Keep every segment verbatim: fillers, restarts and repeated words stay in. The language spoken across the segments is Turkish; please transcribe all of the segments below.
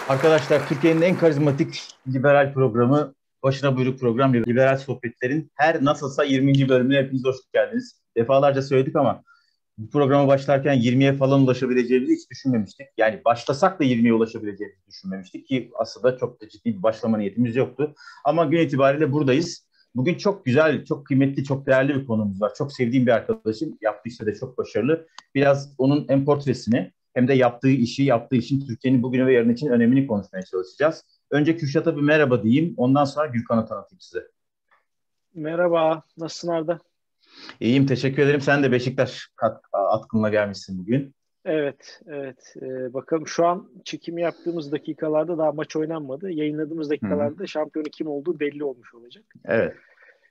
Arkadaşlar Türkiye'nin en karizmatik liberal programı, başına buyruk program Liberal Sohbetler'in her nasılsa yirminci bölümüne hepiniz hoş geldiniz. Defalarca söyledik ama bu programa başlarken yirmiye falan ulaşabileceğimizi hiç düşünmemiştik. Yani başlasak da yirmiye ulaşabileceğimizi düşünmemiştik ki aslında çok da ciddi bir başlama niyetimiz yoktu. Ama gün itibariyle buradayız. Bugün çok güzel, çok kıymetli, çok değerli bir konumuz var. Çok sevdiğim bir arkadaşım. Yaptığı işte de çok başarılı. Biraz onun hem portresini hem de yaptığı işi, yaptığı işin Türkiye'nin bugünü ve yarın için önemini konuşmaya çalışacağız. Önce Kürşat'a bir merhaba diyeyim. Ondan sonra Gürkan'ı tanıtayım size. Merhaba, nasılsın Arda? İyiyim, teşekkür ederim. Sen de Beşiktaş atkınla gelmişsin bugün. Evet, evet. Ee, bakalım şu an çekimi yaptığımız dakikalarda daha maç oynanmadı. Yayınladığımız Hı hı. dakikalarda şampiyonu kim olduğu belli olmuş olacak. Evet.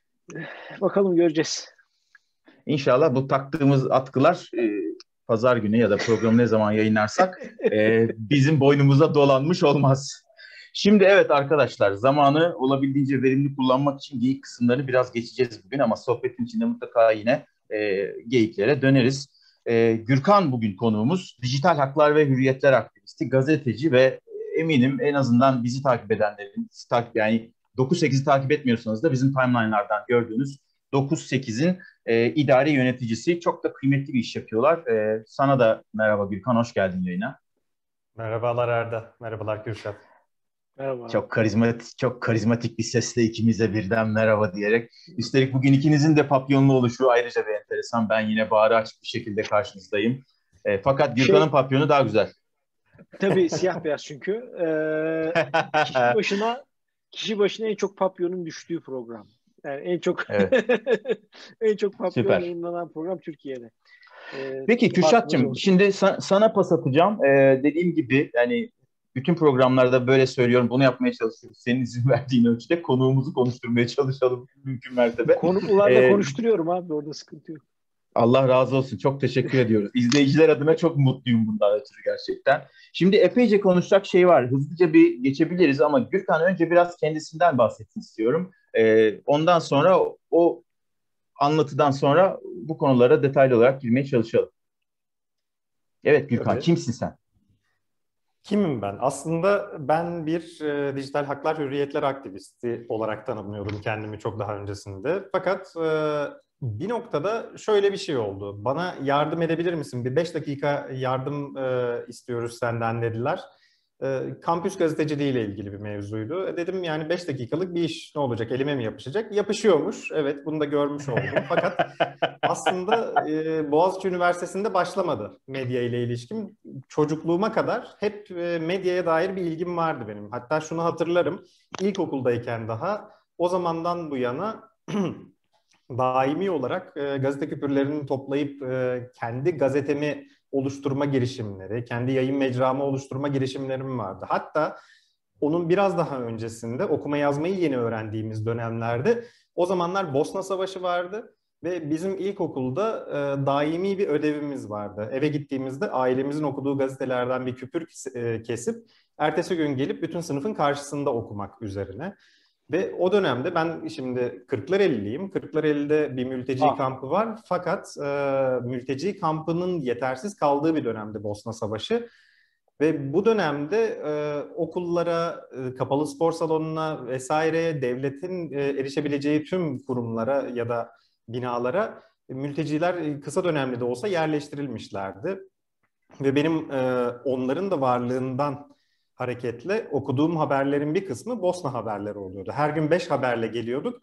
Bakalım göreceğiz. İnşallah bu taktığımız atkılar e, pazar günü ya da programı ne zaman yayınlarsak e, bizim boynumuza dolanmış olmaz. Şimdi evet arkadaşlar, zamanı olabildiğince verimli kullanmak için geyik kısımlarını biraz geçeceğiz bugün ama sohbetin içinde mutlaka yine e, geyiklere döneriz. E, Gürkan bugün konuğumuz. Dijital haklar ve hürriyetler aktivisti, gazeteci ve eminim en azından bizi takip edenlerin, yani dokuz sekizi takip etmiyorsanız da bizim timeline'lardan gördüğünüz dokuz sekizin e, idari yöneticisi. Çok da kıymetli bir iş yapıyorlar. E, sana da merhaba Gürkan, hoş geldin yayına. Merhabalar Arda, merhabalar Kürşat. Merhaba. Çok karizmatik, çok karizmatik bir sesle ikimize birden merhaba diyerek. Üstelik bugün ikinizin de papyonlu oluşu ayrıca bir enteresan. Ben yine bağrı açık bir şekilde karşınızdayım. E, fakat Gürkan'ın Şey, papyonu daha güzel. tabii siyah beyaz çünkü. Ee, kişi başına kişi başına en çok papyonun düştüğü program. Yani en çok Evet, en çok papyon süper. yayınlanan program Türkiye'de. Ee, Peki farkımız Kürşat'cığım, olsun. şimdi sa- sana pas atacağım. Ee, dediğim gibi yani bütün programlarda böyle söylüyorum, bunu yapmaya çalışıyoruz. Senin izin verdiğin ölçüde konuğumuzu konuşturmaya çalışalım mümkün mertebe. Konuklularla Ee, konuşturuyorum abi, orada sıkıntı yok. Allah razı olsun, çok teşekkür ediyoruz. İzleyiciler adına çok mutluyum bundan ötürü gerçekten. Şimdi epeyce konuşacak şey var. Hızlıca bir geçebiliriz ama Gürkan önce biraz kendisinden bahsetsin istiyorum. Ee, ondan sonra o anlatıdan sonra bu konulara detaylı olarak girmeye çalışalım. Evet Gürkan, Tabii. kimsin sen? Kimim ben? Aslında ben bir e, dijital haklar hürriyetler aktivisti olarak tanımlıyordum kendimi çok daha öncesinde. Fakat e, bir noktada şöyle bir şey oldu. Bana yardım edebilir misin? Bir beş dakika yardım e, istiyoruz senden dediler. E, kampüs gazeteciliği ile ilgili bir mevzuydu. E, dedim yani beş dakikalık bir iş ne olacak? Elime mi yapışacak? Yapışıyormuş. Evet, bunu da görmüş oldum. Fakat aslında e, Boğaziçi Üniversitesi'nde başlamadı medya ile ilişkim. Çocukluğuma kadar hep e, medyaya dair bir ilgim vardı benim. Hatta şunu hatırlarım. İlkokuldayken daha o zamandan bu yana daimi olarak e, gazete küpürlerini toplayıp e, kendi gazetemi oluşturma girişimleri, kendi yayın mecramı oluşturma girişimlerim vardı. Hatta onun biraz daha öncesinde okuma yazmayı yeni öğrendiğimiz dönemlerde o zamanlar Bosna Savaşı vardı. Ve bizim ilkokulda e, daimi bir ödevimiz vardı. Eve gittiğimizde ailemizin okuduğu gazetelerden bir küpür e, kesip ertesi gün gelip bütün sınıfın karşısında okumak üzerine. Ve o dönemde ben şimdi Kırklareli'liyim. Kırklareli'de bir mülteci Ah, kampı var. Fakat e, mülteci kampının yetersiz kaldığı bir dönemde Bosna Savaşı. Ve bu dönemde e, okullara, e, kapalı spor salonuna vesaire devletin e, erişebileceği tüm kurumlara ya da binalara e, mülteciler e, kısa dönemli de olsa yerleştirilmişlerdi. Ve benim e, onların da varlığından hareketle okuduğum haberlerin bir kısmı Bosna haberleri oluyordu. Her gün beş haberle geliyorduk.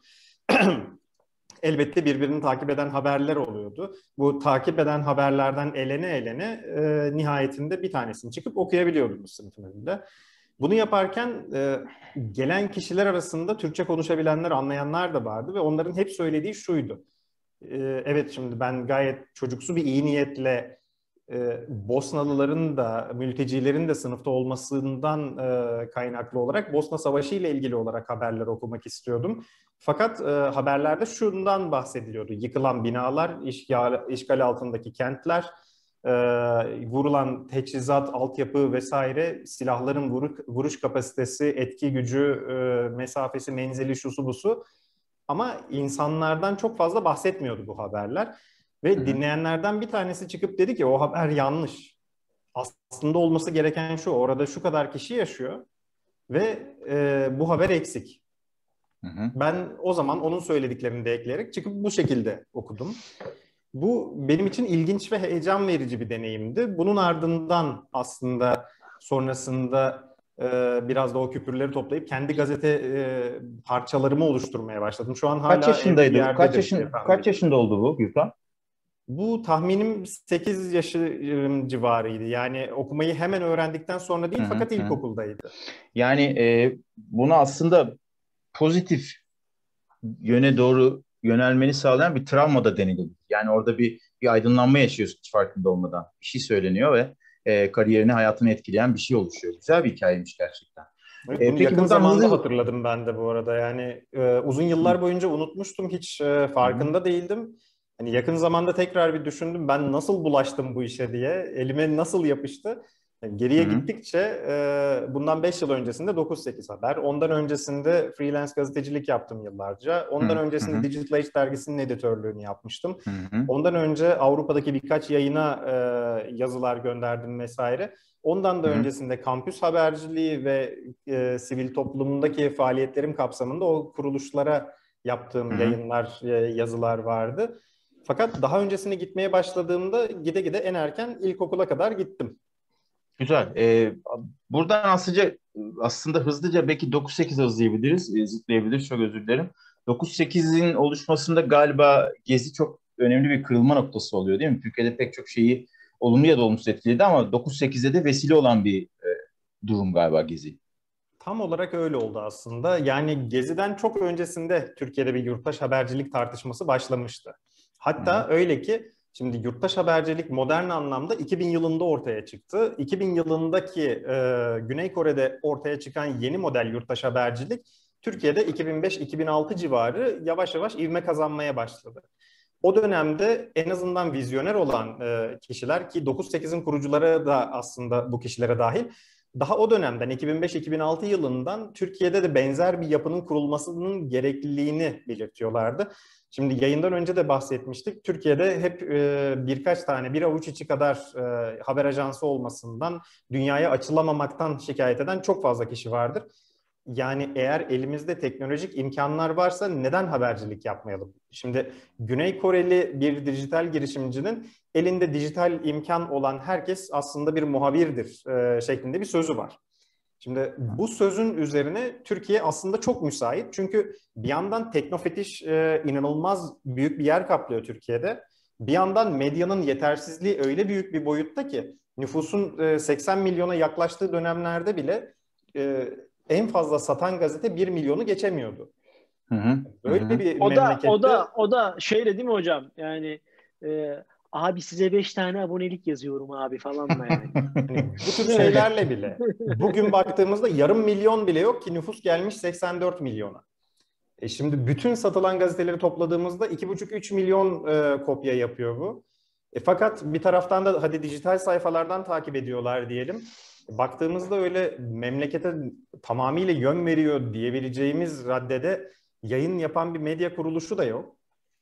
Elbette birbirini takip eden haberler oluyordu. Bu takip eden haberlerden elene elene e, nihayetinde bir tanesini çıkıp okuyabiliyordunuz sınıfın önünde. Bunu yaparken e, gelen kişiler arasında Türkçe konuşabilenler, anlayanlar da vardı ve onların hep söylediği şuydu. E, evet, şimdi ben gayet çocuksu bir iyi niyetle e, Bosnalıların da mültecilerin de sınıfta olmasından e, kaynaklı olarak Bosna Savaşı ile ilgili olarak haberler okumak istiyordum. Fakat e, haberlerde şundan bahsediliyordu. Yıkılan binalar, işgal, işgal altındaki kentler, e, vurulan teçhizat, altyapı vesaire, silahların vuruş, vuruş kapasitesi, etki gücü, e, mesafesi, menzili, şusu busu. Ama insanlardan çok fazla bahsetmiyordu bu haberler. hı Ve hı. dinleyenlerden bir tanesi çıkıp dedi ki o haber yanlış. aslında olması gereken şu, orada şu kadar kişi yaşıyor ve e, bu haber eksik. Hı hı. Ben o zaman onun söylediklerini de ekleyerek çıkıp bu şekilde okudum. Bu benim için ilginç ve heyecan verici bir deneyimdi. Bunun ardından aslında sonrasında e, biraz da o küpürleri toplayıp kendi gazete e, parçalarımı oluşturmaya başladım. Şu an hala kaç yaşındaydı? evde bir Kaç yaşın kaç yaşında oldu bu Gürkan? Bu tahminim sekiz yaşı civarıydı. Yani okumayı hemen öğrendikten sonra değil, hı hı, fakat ilkokuldaydı. Yani e, bunu aslında pozitif yöne doğru yönelmeni sağlayan bir travma da denilebilir. Yani orada bir bir aydınlanma yaşıyorsun hiç farkında olmadan. Bir şey söyleniyor ve e, kariyerini, hayatını etkileyen bir şey oluşuyor. Güzel bir hikayeymiş gerçekten. Evet, bunu e, peki yakın zamanda hızlı... hatırladım ben de bu arada. Yani e, uzun yıllar boyunca unutmuştum, hiç e, farkında Hı. değildim. Hani yakın zamanda tekrar bir düşündüm, ben nasıl bulaştım bu işe diye, elime nasıl yapıştı. Yani geriye Hı-hı. gittikçe e, bundan beş yıl öncesinde dokuz sekiz Haber, ondan öncesinde freelance gazetecilik yaptım yıllarca. Ondan Hı-hı. öncesinde Hı-hı. Digital Age dergisinin editörlüğünü yapmıştım. Hı-hı. Ondan önce Avrupa'daki birkaç yayına e, yazılar gönderdim vesaire. Ondan da Hı-hı. öncesinde kampüs haberciliği ve e, sivil toplumundaki faaliyetlerim kapsamında o kuruluşlara yaptığım Hı-hı. yayınlar, e, yazılar vardı. Fakat daha öncesine gitmeye başladığımda gide gide en erken ilkokula kadar gittim. Güzel. Ee, buradan aslında, aslında hızlıca belki dokuz sekiz hızlayabiliriz, e, zıplayabiliriz. Çok özür dilerim. dokuz sekizin oluşmasında galiba Gezi çok önemli bir kırılma noktası oluyor değil mi? Türkiye'de pek çok şeyi olumlu ya da olumsuz etkiledi ama dokuz sekize de vesile olan bir e, durum galiba Gezi. Tam olarak öyle oldu aslında. Yani Gezi'den çok öncesinde Türkiye'de bir yurttaş habercilik tartışması başlamıştı. Hatta Hı. öyle ki şimdi yurttaş habercilik modern anlamda iki bin yılında ortaya çıktı. iki bin yılındaki e, Güney Kore'de ortaya çıkan yeni model yurttaş habercilik Türkiye'de iki bin beş iki bin altı civarı yavaş yavaş ivme kazanmaya başladı. O dönemde en azından vizyoner olan e, kişiler, ki dokuz sekizin kurucuları da aslında bu kişilere dahil, daha o dönemden iki bin beş iki bin altı yılından Türkiye'de de benzer bir yapının kurulmasının gerekliliğini belirtiyorlardı. Şimdi yayından önce de bahsetmiştik. Türkiye'de hep e, birkaç tane, bir avuç içi kadar e, haber ajansı olmasından, dünyaya açılamamaktan şikayet eden çok fazla kişi vardır. Yani eğer elimizde teknolojik imkanlar varsa neden habercilik yapmayalım? Şimdi Güney Koreli bir dijital girişimcinin elinde dijital imkan olan herkes aslında bir muhabirdir e, şeklinde bir sözü var. Şimdi bu sözün üzerine Türkiye aslında çok müsait. Çünkü bir yandan teknofetiş e, inanılmaz büyük bir yer kaplıyor Türkiye'de. Bir yandan medyanın yetersizliği öyle büyük bir boyutta ki nüfusun e, seksen milyona yaklaştığı dönemlerde bile e, en fazla satan gazete bir milyonu geçemiyordu. Hı hı. Böyle hı. bir o memlekette... da o da o da şeyle değil mi hocam? Yani e, abi size beş tane abonelik yazıyorum abi falan mı yani? Hani bu tür şeylerle bile. Bugün baktığımızda yarım milyon bile yok ki nüfus gelmiş seksen dört milyona. E şimdi bütün satılan gazeteleri topladığımızda iki buçuk üç milyon e, kopya yapıyor bu. E fakat bir taraftan da hadi dijital sayfalardan takip ediyorlar diyelim. Baktığımızda öyle memlekete tamamıyla yön veriyor diyebileceğimiz raddede yayın yapan bir medya kuruluşu da yok.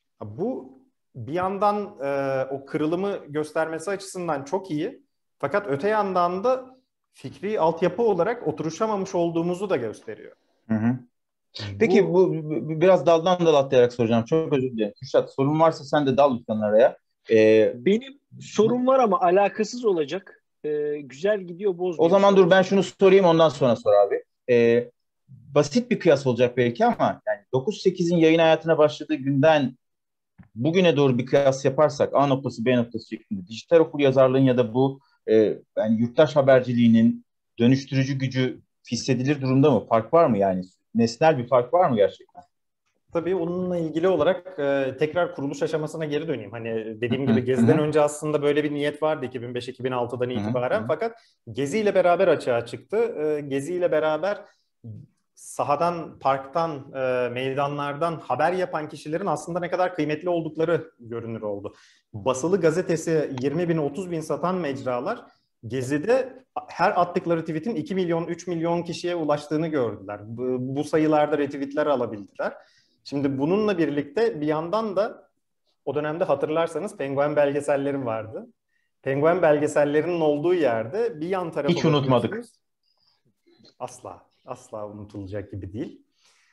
Bu bir yandan e, o kırılımı göstermesi açısından çok iyi. Fakat öte yandan da fikri altyapı olarak oturuşamamış olduğumuzu da gösteriyor. Hı hı. Peki bu, bu biraz daldan dal atlayarak soracağım. Çok özür dilerim. Kürşat, sorun varsa sen de dal lütfen araya. Ee, Benim sorum var ama alakasız olacak. Ee, güzel gidiyor, bozmuyor. O zaman dur ben şunu sorayım, ondan sonra sor abi. Ee, basit bir kıyas olacak belki ama yani dokuz sekizin yayın hayatına başladığı günden bugüne doğru bir kıyas yaparsak A noktası B noktası şeklinde dijital okuryazarlığın ya da bu e, yani yurttaş haberciliğinin dönüştürücü gücü hissedilir durumda mı? Fark var mı yani? Nesnel bir fark var mı gerçekten? Tabii onunla ilgili olarak e, tekrar kuruluş aşamasına geri döneyim. Hani dediğim gibi Gezi'den önce aslında böyle bir niyet vardı iki bin beş iki bin altıdan itibaren. Fakat Gezi ile beraber açığa çıktı. E, Gezi ile beraber sahadan, parktan, e, meydanlardan haber yapan kişilerin aslında ne kadar kıymetli oldukları görünür oldu. Basılı gazetesi yirmi bin otuz bin satan mecralar Gezi'de her attıkları tweetin iki milyon üç milyon kişiye ulaştığını gördüler. Bu, bu sayılarda retweetler alabildiler. Şimdi bununla birlikte bir yandan da o dönemde hatırlarsanız penguen belgesellerim vardı. Penguen belgesellerinin olduğu yerde bir yan tarafa Hiç unutmadık. Asla, asla unutulacak gibi değil.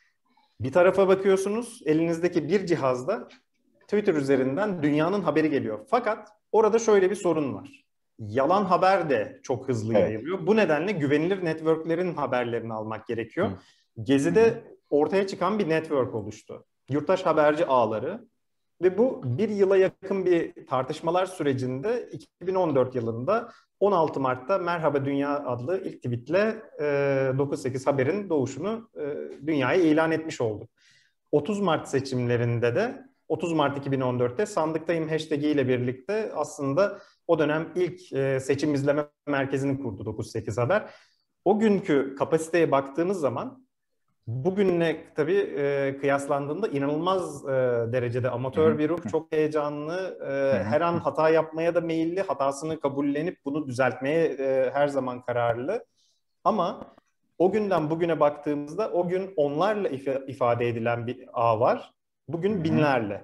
Bir tarafa bakıyorsunuz, elinizdeki bir cihazda Twitter üzerinden dünyanın haberi geliyor. Fakat orada şöyle bir sorun var. Yalan haber de çok hızlı Evet. yayılıyor. Bu nedenle güvenilir networklerin haberlerini almak gerekiyor. Hı. Gezi'de ortaya çıkan bir network oluştu. Yurttaş haberci ağları. Ve bu bir yıla yakın bir tartışmalar sürecinde iki bin on dört yılında on altı Mart'ta Merhaba Dünya adlı ilk tweetle e, dokuz sekiz Haber'in doğuşunu e, dünyaya ilan etmiş olduk. otuz Mart seçimlerinde de otuz Mart iki bin on dörtte sandıktayım hashtag ile birlikte aslında o dönem ilk e, seçim izleme merkezini kurdu dokuz sekiz Haber. O günkü kapasiteye baktığınız zaman bugünle tabii e, kıyaslandığında inanılmaz e, derecede amatör bir ruh, çok heyecanlı, e, her an hata yapmaya da meyilli, hatasını kabullenip bunu düzeltmeye e, her zaman kararlı. Ama o günden bugüne baktığımızda o gün onlarla if- ifade edilen bir ağ var, bugün binlerle.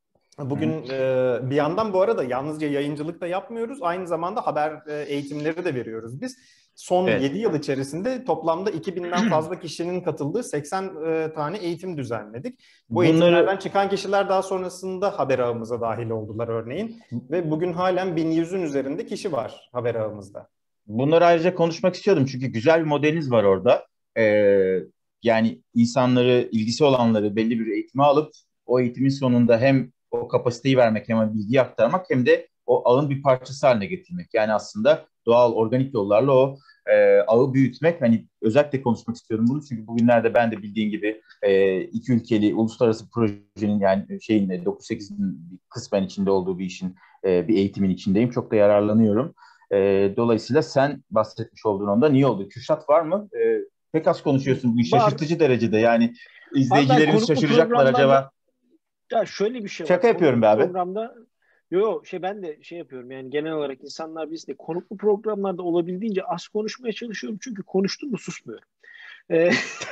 Bugün e, bir yandan bu arada yalnızca yayıncılık da yapmıyoruz, aynı zamanda haber e, eğitimleri de veriyoruz biz. Son evet. yedi yıl içerisinde toplamda iki binden fazla kişinin katıldığı seksen e, tane eğitim düzenledik. Bu Bunları... eğitimlerden çıkan kişiler daha sonrasında haber ağımıza dahil oldular örneğin. Ve bugün halen bin yüzün üzerinde kişi var haber ağımızda. Bunları ayrıca konuşmak istiyordum çünkü güzel bir modeliniz var orada. Ee, yani insanları, ilgisi olanları belli bir eğitime alıp o eğitimin sonunda hem o kapasiteyi vermek hem bilgiyi aktarmak hem de o ağın bir parçası haline getirmek. Yani aslında doğal, organik yollarla o e, ağı büyütmek. Hani özellikle konuşmak istiyorum bunu çünkü bugünlerde ben de bildiğin gibi e, iki ülkeli uluslararası projenin yani şeyin dokuz sekizin kısmen içinde olduğu bir işin e, bir eğitimin içindeyim. Çok da yararlanıyorum. E, dolayısıyla sen bahsetmiş olduğun onda niye oldu? Kürşat var mı? E, pek az konuşuyorsun bugün. Şaşırtıcı var. Derecede yani izleyicilerimiz şaşıracaklar acaba. Ya şöyle bir şey var. Şaka yapıyorum be abi. Programda Yok şey ben de şey yapıyorum yani genel olarak insanlar biz de konuklu programlarda olabildiğince az konuşmaya çalışıyorum çünkü konuştum mu susmuyorum. Ee,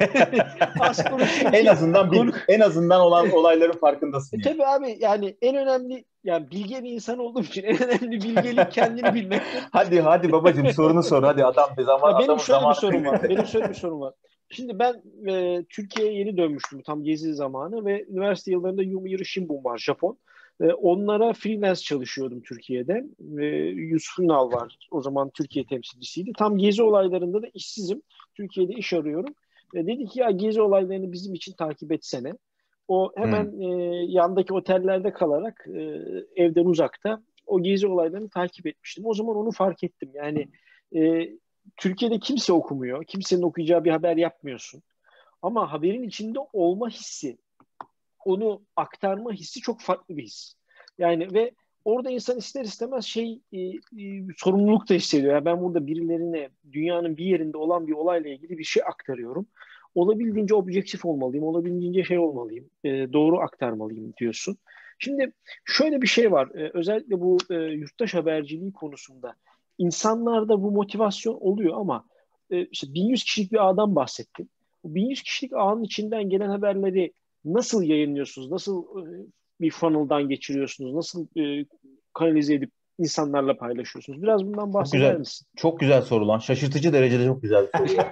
az en azından bir, konuk... en azından olan olayların farkındasın. E, yani. Tabii abi yani en önemli yani bilge bir insan olduğum için en önemli bilgelik kendini bilmek. hadi hadi babacığım sorunu sor hadi adam bir zaman ya benim adamın şöyle zamanı. bir sorum var. Benim şöyle bir sorum var. Şimdi ben e, Türkiye'ye yeni dönmüştüm tam gezi zamanı ve üniversite yıllarında Yomiuri Shimbun var Japon. E, onlara freelance çalışıyordum Türkiye'de. E, Yusuf Ünal var o zaman Türkiye temsilcisiydi. Tam gezi olaylarında da işsizim. Türkiye'de iş arıyorum. E, dedi ki ya gezi olaylarını bizim için takip etsene. O hemen hmm. e, yandaki otellerde kalarak e, evden uzakta o gezi olaylarını takip etmiştim. O zaman onu fark ettim. Yani e, Türkiye'de kimse okumuyor. Kimsenin okuyacağı bir haber yapmıyorsun. Ama haberin içinde olma hissi, onu aktarma hissi çok farklı bir his. Yani ve orada insan ister istemez şey e, e, sorumluluk da hissediyor. Yani ben burada birilerine dünyanın bir yerinde olan bir olayla ilgili bir şey aktarıyorum. Olabildiğince objektif olmalıyım, olabildiğince şey olmalıyım, e, doğru aktarmalıyım diyorsun. Şimdi şöyle bir şey var. E, özellikle bu e, yurttaş haberciliği konusunda insanlarda bu motivasyon oluyor ama e, işte bin yüz kişilik bir ağdan bahsettim. Bu bin yüz kişilik ağın içinden gelen haberleri nasıl yayınlıyorsunuz? Nasıl e, bir funnel'dan geçiriyorsunuz? Nasıl e, kanalize edip insanlarla paylaşıyorsunuz? Biraz bundan bahseder çok güzel, misin? Çok güzel soru lan. Şaşırtıcı derecede çok güzel bir soru.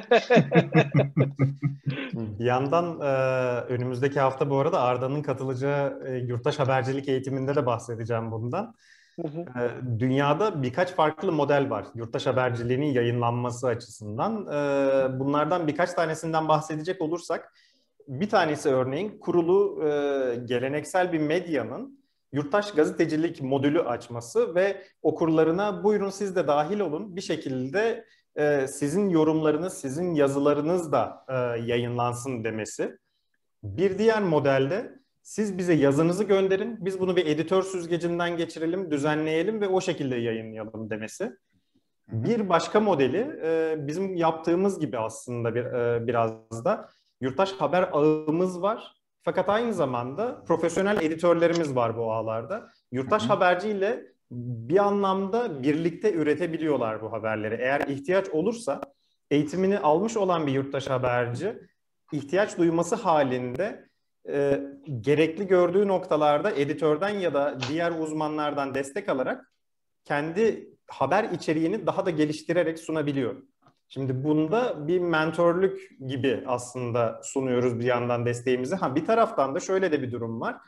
Bir yandan e, önümüzdeki hafta bu arada Arda'nın katılacağı e, yurttaş habercilik eğitiminde de bahsedeceğim bundan. Hı hı. E, dünyada birkaç farklı model var yurttaş haberciliğinin yayınlanması açısından. E, bunlardan birkaç tanesinden bahsedecek olursak, bir tanesi örneğin kurulu e, geleneksel bir medyanın yurttaş gazetecilik modülü açması ve okurlarına buyurun siz de dahil olun bir şekilde e, sizin yorumlarınız, sizin yazılarınız da e, yayınlansın demesi. Bir diğer modelde siz bize yazınızı gönderin, biz bunu bir editör süzgecinden geçirelim, düzenleyelim ve o şekilde yayınlayalım demesi. Bir başka modeli e, bizim yaptığımız gibi aslında bir, e, biraz da yurttaş haber ağımız var. Fakat aynı zamanda profesyonel editörlerimiz var bu ağlarda. Yurttaş Hı-hı. haberciyle bir anlamda birlikte üretebiliyorlar bu haberleri. Eğer ihtiyaç olursa eğitimini almış olan bir yurttaş haberci ihtiyaç duyması halinde e, gerekli gördüğü noktalarda editörden ya da diğer uzmanlardan destek alarak kendi haber içeriğini daha da geliştirerek sunabiliyor. Şimdi bunda bir mentörlük gibi aslında sunuyoruz bir yandan desteğimizi. Ha, bir taraftan da şöyle de bir durum var.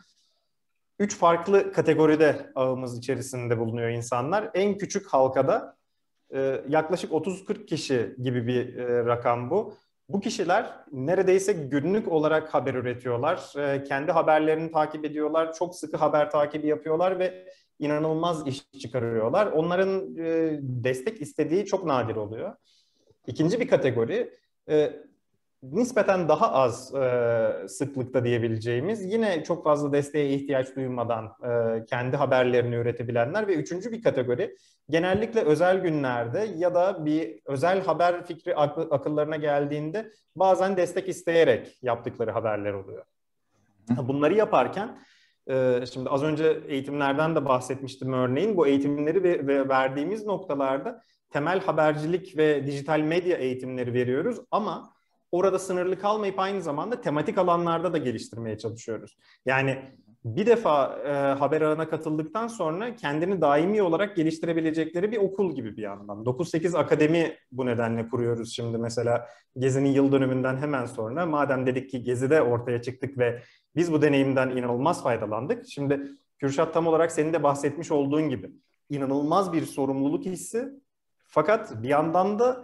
Üç farklı kategoride ağımız içerisinde bulunuyor insanlar. En küçük halkada e, yaklaşık otuz kırk kişi gibi bir e, rakam bu. Bu kişiler neredeyse günlük olarak haber üretiyorlar. E, kendi haberlerini takip ediyorlar. Çok sıkı haber takibi yapıyorlar ve inanılmaz iş çıkarıyorlar. Onların e, destek istediği çok nadir oluyor. İkinci bir kategori e, nispeten daha az e, sıklıkta diyebileceğimiz, yine çok fazla desteğe ihtiyaç duymadan e, kendi haberlerini üretebilenler ve üçüncü bir kategori genellikle özel günlerde ya da bir özel haber fikri aklı, akıllarına geldiğinde bazen destek isteyerek yaptıkları haberler oluyor. Bunları yaparken e, şimdi az önce eğitimlerden de bahsetmiştim örneğin. Bu eğitimleri ve, ve verdiğimiz noktalarda temel habercilik ve dijital medya eğitimleri veriyoruz ama orada sınırlı kalmayıp aynı zamanda tematik alanlarda da geliştirmeye çalışıyoruz. Yani bir defa e, haber ağına katıldıktan sonra kendini daimi olarak geliştirebilecekleri bir okul gibi bir yandan. dokuz sekiz Akademi bu nedenle kuruyoruz şimdi mesela Gezi'nin yıl dönümünden hemen sonra. Madem dedik ki Gezi'de ortaya çıktık ve biz bu deneyimden inanılmaz faydalandık. Şimdi Kürşat, tam olarak senin de bahsetmiş olduğun gibi inanılmaz bir sorumluluk hissi. Fakat bir yandan da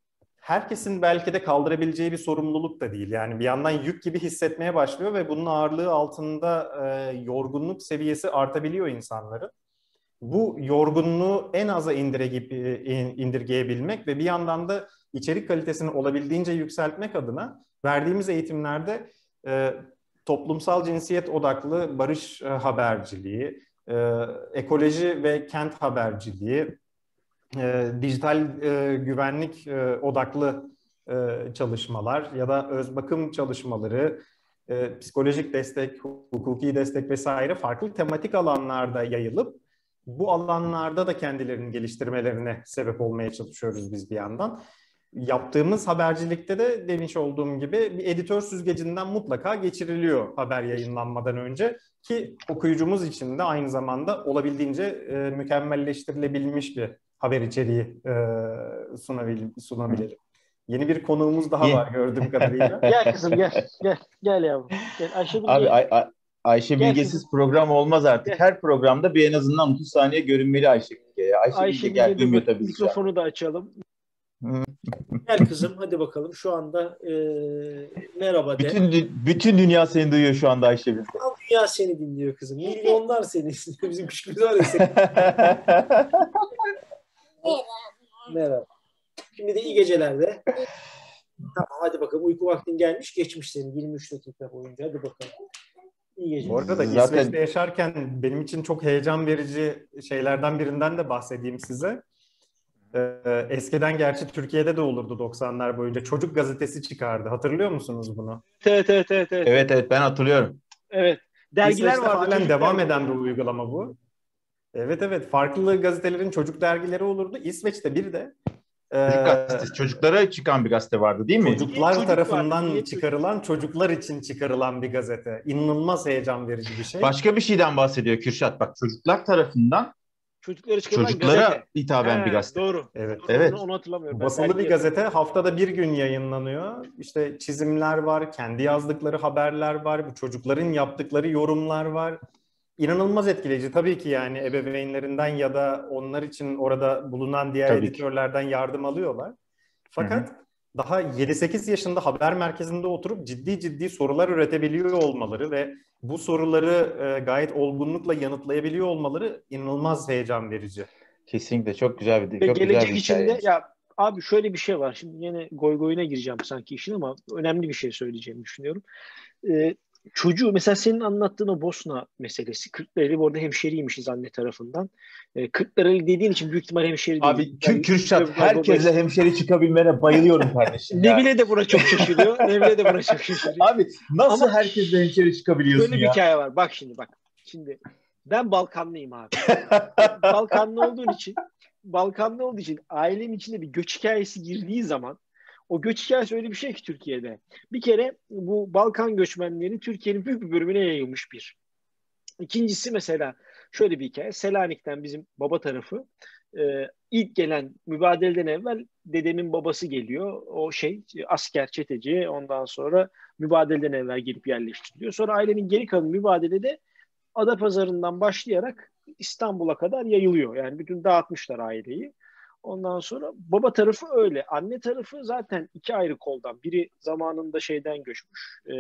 herkesin belki de kaldırabileceği bir sorumluluk da değil. Yani bir yandan yük gibi hissetmeye başlıyor ve bunun ağırlığı altında e, yorgunluk seviyesi artabiliyor insanların. Bu yorgunluğu en aza indire, indirgeyebilmek ve bir yandan da içerik kalitesini olabildiğince yükseltmek adına verdiğimiz eğitimlerde e, toplumsal cinsiyet odaklı barış e, haberciliği, e, ekoloji ve kent haberciliği, E, dijital e, güvenlik e, odaklı e, çalışmalar ya da öz bakım çalışmaları, e, psikolojik destek, hukuki destek vesaire farklı tematik alanlarda yayılıp bu alanlarda da kendilerini geliştirmelerine sebep olmaya çalışıyoruz biz bir yandan. Yaptığımız habercilikte de demiş olduğum gibi bir editör süzgecinden mutlaka geçiriliyor haber yayınlanmadan önce ki okuyucumuz için de aynı zamanda olabildiğince e, mükemmelleştirilebilmiş bir haber içeriği e, sunabilirim, sunabilirim. Yeni bir konuğumuz daha var gördüğüm kadarıyla. Gel kızım gel. Gel. Gel yavrum. Gel. Ayşe Bilge. Abi Ay Ay Ayşe Gel Bilgesiz kızım. program olmaz artık. Gel. Her programda bir en azından otuz saniye görünmeli Ayşe Bilge. Ayşe, Ayşe Bilge gel, Bilge'de duymuyor bak, tabii. mikrofonu da açalım. Gel kızım hadi bakalım şu anda e, merhaba de. Bütün, bütün dünya seni duyuyor şu anda Ayşe Bilge. Dünya seni dinliyor kızım. Milyonlar seni istiyor. Bizim küçüklüğümüz var ya seni. Merhaba. Şimdi de iyi gecelerde. Tamam hadi bakalım uyku vaktin gelmiş geçmiş senin yirmi üç dakika boyunca hadi bakalım. İyi geceler. Bu arada Zaten... İsveç'te yaşarken benim için çok heyecan verici şeylerden birinden de bahsedeyim size. Ee, eskiden gerçi Türkiye'de de olurdu doksanlar boyunca. Çocuk gazetesi çıkardı. Hatırlıyor musunuz bunu? Evet evet evet. Evet evet, evet ben hatırlıyorum. Evet. Dergiler İsveç'te vardı. halen devam dergileri. eden bir uygulama bu. Evet evet. Farklı gazetelerin çocuk dergileri olurdu. İsveç'te bir de Çocuk gazetesi. Çocuklara çıkan bir gazete vardı değil mi? Çocuklar Çocuk tarafından vardı, çıkarılan, çocuklar için çıkarılan bir gazete. İnanılmaz heyecan verici bir şey. Başka bir şeyden bahsediyor Kürşat. Bak çocuklar tarafından Çocuklara çıkarılan çocuklara gazete. hitaben He, bir gazete. Doğru. Evet. Doğru. Evet. Onu, onu hatırlamıyorum. Basılı bir gazete haftada bir gün yayınlanıyor. İşte çizimler var, kendi yazdıkları haberler var, bu çocukların yaptıkları yorumlar var. İnanılmaz etkileyici. Tabii ki yani ebeveynlerinden ya da onlar için orada bulunan diğer Tabii editörlerden ki. yardım alıyorlar. Fakat Hı-hı. daha yedi sekiz yaşında haber merkezinde oturup ciddi ciddi sorular üretebiliyor olmaları ve bu soruları e, gayet olgunlukla yanıtlayabiliyor olmaları inanılmaz heyecan verici. Kesinlikle çok güzel bir Ve çok gelecek güzel bir hikaye. içinde ya abi şöyle bir şey var. Şimdi yine goy goyuna gireceğim sanki işin ama önemli bir şey söyleyeceğimi düşünüyorum. Ee, çocuğu mesela senin anlattığın o Bosna meselesi. Kırklareli bu arada hemşeriymişiz anne tarafından. Ee, Kırklareli dediğin için büyük ihtimal hemşeri değil. Abi Kür Kürşat herkesle hemşeri çıkabilmene bayılıyorum kardeşim. Nebile de buna çok şaşırıyor. Nebile de buna çok şaşırıyor. Abi nasıl ama herkesle hemşeri çıkabiliyorsun böyle ya? Böyle bir hikaye var. Bak şimdi bak. Şimdi ben Balkanlıyım abi. Balkanlı olduğun için Balkanlı olduğu için ailenin içinde bir göç hikayesi girdiği zaman o göç hikayesi öyle bir şey ki Türkiye'de. Bir kere bu Balkan göçmenleri Türkiye'nin büyük bir bölümüne yayılmış bir. İkincisi mesela şöyle bir hikaye. Selanik'ten bizim baba tarafı e, ilk gelen mübadeleden evvel dedemin babası geliyor. O şey asker, çeteci, ondan sonra mübadeleden evvel gelip yerleştiriliyor. Sonra ailenin geri kalan mübadelede Adapazarı'ndan başlayarak İstanbul'a kadar yayılıyor. Yani bütün dağıtmışlar aileyi. Ondan sonra baba tarafı öyle. Anne tarafı zaten iki ayrı koldan. Biri zamanında şeyden göçmüş. E,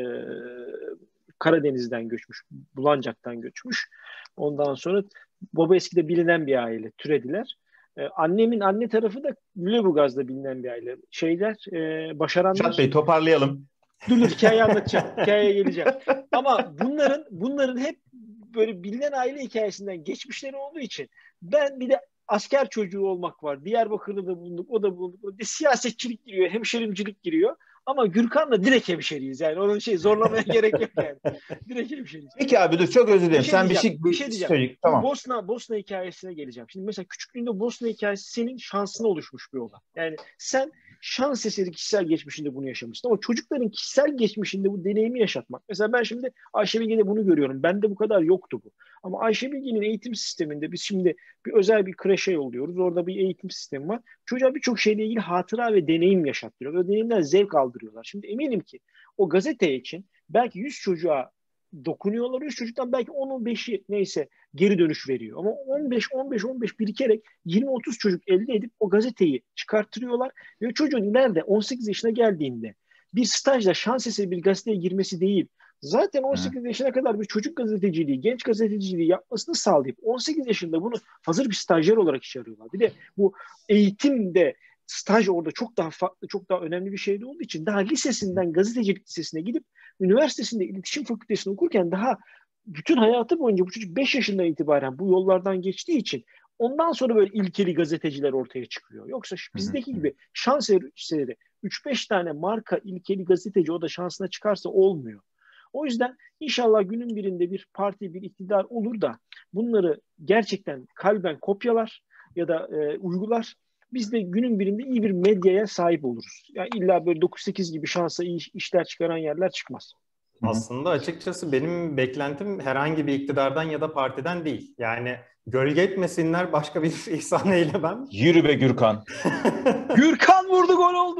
Karadeniz'den göçmüş. Bulancak'tan göçmüş. Ondan sonra baba eskide bilinen bir aile. Türediler. E, annemin anne tarafı da Lüleburgaz'da bilinen bir aile. Şeyler, e, başaranlar. Şat Bey toparlayalım. Dur dur hikaye anlatacağım. Hikayeye geleceğim. Ama bunların bunların hep böyle bilinen aile hikayesinden geçmişleri olduğu için ben bir de asker çocuğu olmak var. Diyarbakır'da da bulunduk, o da bulunduk. Bir siyasetçilik giriyor, hemşerimcilik giriyor. Ama Gürkan'la direkt hemşeriyiz yani. Onun şey zorlamaya gerek yok yani. Direkt hemşeriyiz. Peki abi dur çok özür dilerim. Bir şey Sen bir diyeceğim, şey, bir şey diyeceğim. söyle. Tamam. Bosna Bosna hikayesine geleceğim. Şimdi mesela küçüklüğünde Bosna hikayesi senin şansına oluşmuş bir olay. Yani sen şans eseri kişisel geçmişinde bunu yaşamışsın ama çocukların kişisel geçmişinde bu deneyimi yaşatmak. Mesela ben şimdi Ayşe Bilge'de bunu görüyorum. Bende bu kadar yoktu bu. Ama Ayşe Bilge'nin eğitim sisteminde biz şimdi bir özel bir kreşe yolluyoruz. Orada bir eğitim sistemi var. Çocuğa birçok şeyle ilgili hatıra ve deneyim yaşattırıyor. O deneyimden zevk aldırıyorlar. Şimdi eminim ki o gazete için belki yüz çocuğa dokunuyorlar. yüz çocuktan belki on on beşi neyse geri dönüş veriyor. Ama on beş on beş on beş birikerek yirmi otuz çocuk elde edip o gazeteyi çıkarttırıyorlar. Ve çocuğun ileride on sekiz yaşına geldiğinde bir stajla şans eseri bir gazeteye girmesi değil, zaten on sekiz Hı. yaşına kadar bir çocuk gazeteciliği, genç gazeteciliği yapmasını sağlayıp on sekiz yaşında bunu hazır bir stajyer olarak işe arıyorlar. Bir de bu eğitimde staj orada çok daha farklı, çok daha önemli bir şey olduğu için daha lisesinden gazetecilik lisesine gidip üniversitesinde iletişim fakültesini okurken daha bütün hayatı boyunca bu çocuk beş yaşından itibaren bu yollardan geçtiği için ondan sonra böyle ilkeli gazeteciler ortaya çıkıyor. Yoksa bizdeki gibi şans eseri üç beş tane marka ilkeli gazeteci o da şansına çıkarsa olmuyor. O yüzden inşallah günün birinde bir parti, bir iktidar olur da bunları gerçekten kalben kopyalar ya da e, uygular. Biz de günün birinde iyi bir medyaya sahip oluruz. Yani illa böyle dokuz sekiz gibi şansa iyi işler çıkaran yerler çıkmaz. Aslında açıkçası benim beklentim herhangi bir iktidardan ya da partiden değil. Yani gölge etmesinler, başka bir ihsan eylemem. Yürü be Gürkan. Gürkan vurdu, gol oldu.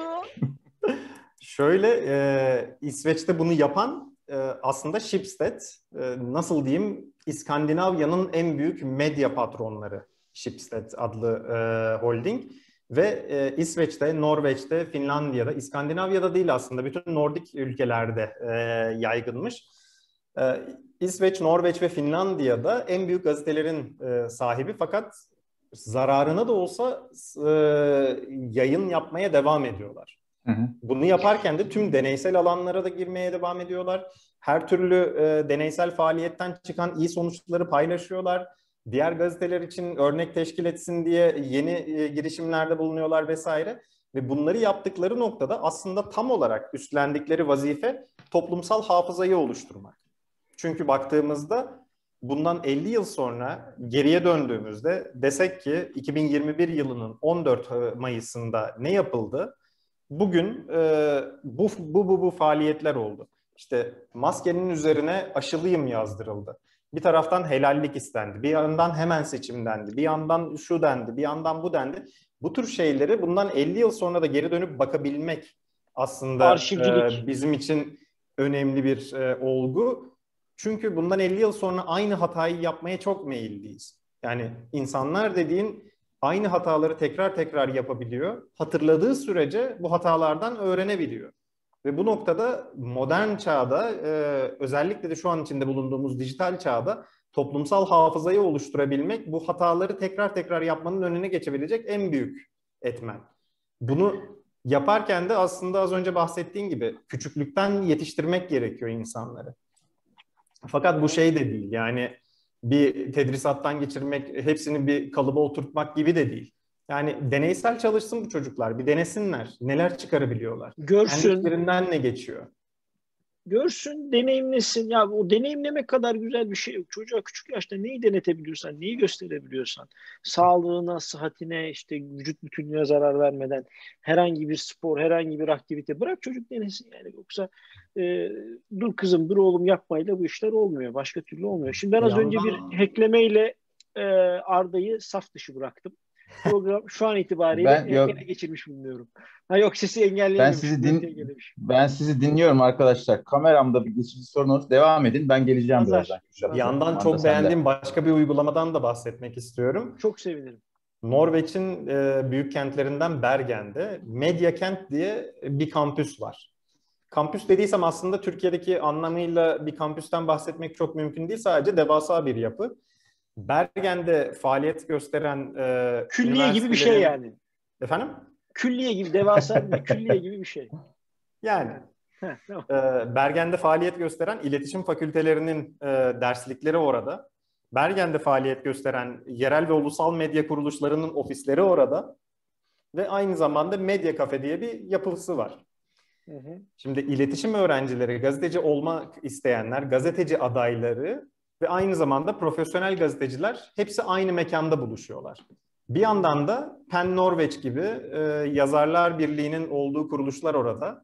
Şöyle e, İsveç'te bunu yapan e, aslında Schibsted. E, nasıl diyeyim? İskandinavya'nın en büyük medya patronları Schibsted adlı e, holding. Ve e, İsveç'te, Norveç'te, Finlandiya'da, İskandinavya'da değil aslında bütün Nordik ülkelerde e, yaygınmış. E, İsveç, Norveç ve Finlandiya'da en büyük gazetelerin e, sahibi fakat zararına da olsa e, yayın yapmaya devam ediyorlar. Hı hı. Bunu yaparken de tüm deneysel alanlara da girmeye devam ediyorlar. Her türlü e, deneysel faaliyetten çıkan iyi sonuçları paylaşıyorlar. Diğer gazeteler için örnek teşkil etsin diye yeni e, girişimlerde bulunuyorlar vesaire. Ve bunları yaptıkları noktada aslında tam olarak üstlendikleri vazife toplumsal hafızayı oluşturmak. Çünkü baktığımızda bundan elli yıl sonra geriye döndüğümüzde desek ki iki bin yirmi bir yılının on dört Mayıs'ında ne yapıldı? Bugün e, bu, bu, bu, bu faaliyetler oldu. İşte maskenin üzerine aşılıyım yazdırıldı. Bir taraftan helallik istendi, bir yandan hemen seçim dendi, bir yandan şu dendi, bir yandan bu dendi. Bu tür şeyleri bundan elli yıl sonra da geri dönüp bakabilmek aslında e, bizim için önemli bir e, olgu. Çünkü bundan elli yıl sonra aynı hatayı yapmaya çok meyilliyiz. Yani insanlar dediğin aynı hataları tekrar tekrar yapabiliyor. Hatırladığı sürece bu hatalardan öğrenebiliyor. Ve bu noktada modern çağda, e, özellikle de şu an içinde bulunduğumuz dijital çağda toplumsal hafızayı oluşturabilmek bu hataları tekrar tekrar yapmanın önüne geçebilecek en büyük etmen. Bunu yaparken de aslında az önce bahsettiğin gibi küçüklükten yetiştirmek gerekiyor insanları. Fakat bu şey de değil, yani bir tedrisattan geçirmek, hepsini bir kalıba oturtmak gibi de değil. Yani deneysel çalışsın bu çocuklar, bir denesinler. Neler çıkarabiliyorlar? Görsün. Kendilerinden ne geçiyor? görsün, deneyimlesin. Ya o deneyimlemek kadar güzel bir şey yok. Çocuğa küçük yaşta neyi denetebiliyorsan, neyi gösterebiliyorsan, sağlığına, sıhhatine, işte vücut bütünlüğüne zarar vermeden herhangi bir spor, herhangi bir aktivite bırak çocuk denesin yani. Yoksa e, dur kızım, dur oğlum yapmayla bu işler olmuyor. Başka türlü olmuyor. Şimdi ben Bir az önce bir yandan hacklemeyle e, Arda'yı saf dışı bıraktım. Program şu an itibariyle Ben e, yok ele geçirmiş bulunuyorum. Ha yok, sesi ben engelleyememiş. sizi Görüntü din engellemiş. ben sizi dinliyorum arkadaşlar. Kameramda bir geçici sorun oldu. Devam edin. Ben geleceğim birazdan Nazar. bir Kürşat. yandan Manda çok sende. beğendiğim başka bir uygulamadan da bahsetmek istiyorum. Çok sevinirim. Norveç'in e, büyük kentlerinden Bergen'de Mediakent diye bir kampüs var. Kampüs dediysem aslında Türkiye'deki anlamıyla bir kampüsten bahsetmek çok mümkün değil. Sadece devasa bir yapı. Bergen'de faaliyet gösteren e, Külliye gibi bir şey üniversitelerin... yani. Efendim? Külliye gibi, devasa bir külliye gibi bir şey. Yani Heh, tamam. e, Bergen'de faaliyet gösteren iletişim fakültelerinin e, derslikleri orada. Bergen'de faaliyet gösteren yerel ve ulusal medya kuruluşlarının ofisleri orada. Ve aynı zamanda Medya Kafe diye bir yapısı var. Hı hı. Şimdi iletişim öğrencileri, gazeteci olmak isteyenler, gazeteci adayları ve aynı zamanda profesyonel gazeteciler hepsi aynı mekanda buluşuyorlar. Bir yandan da Penn Norveç gibi e, Yazarlar Birliği'nin olduğu kuruluşlar orada.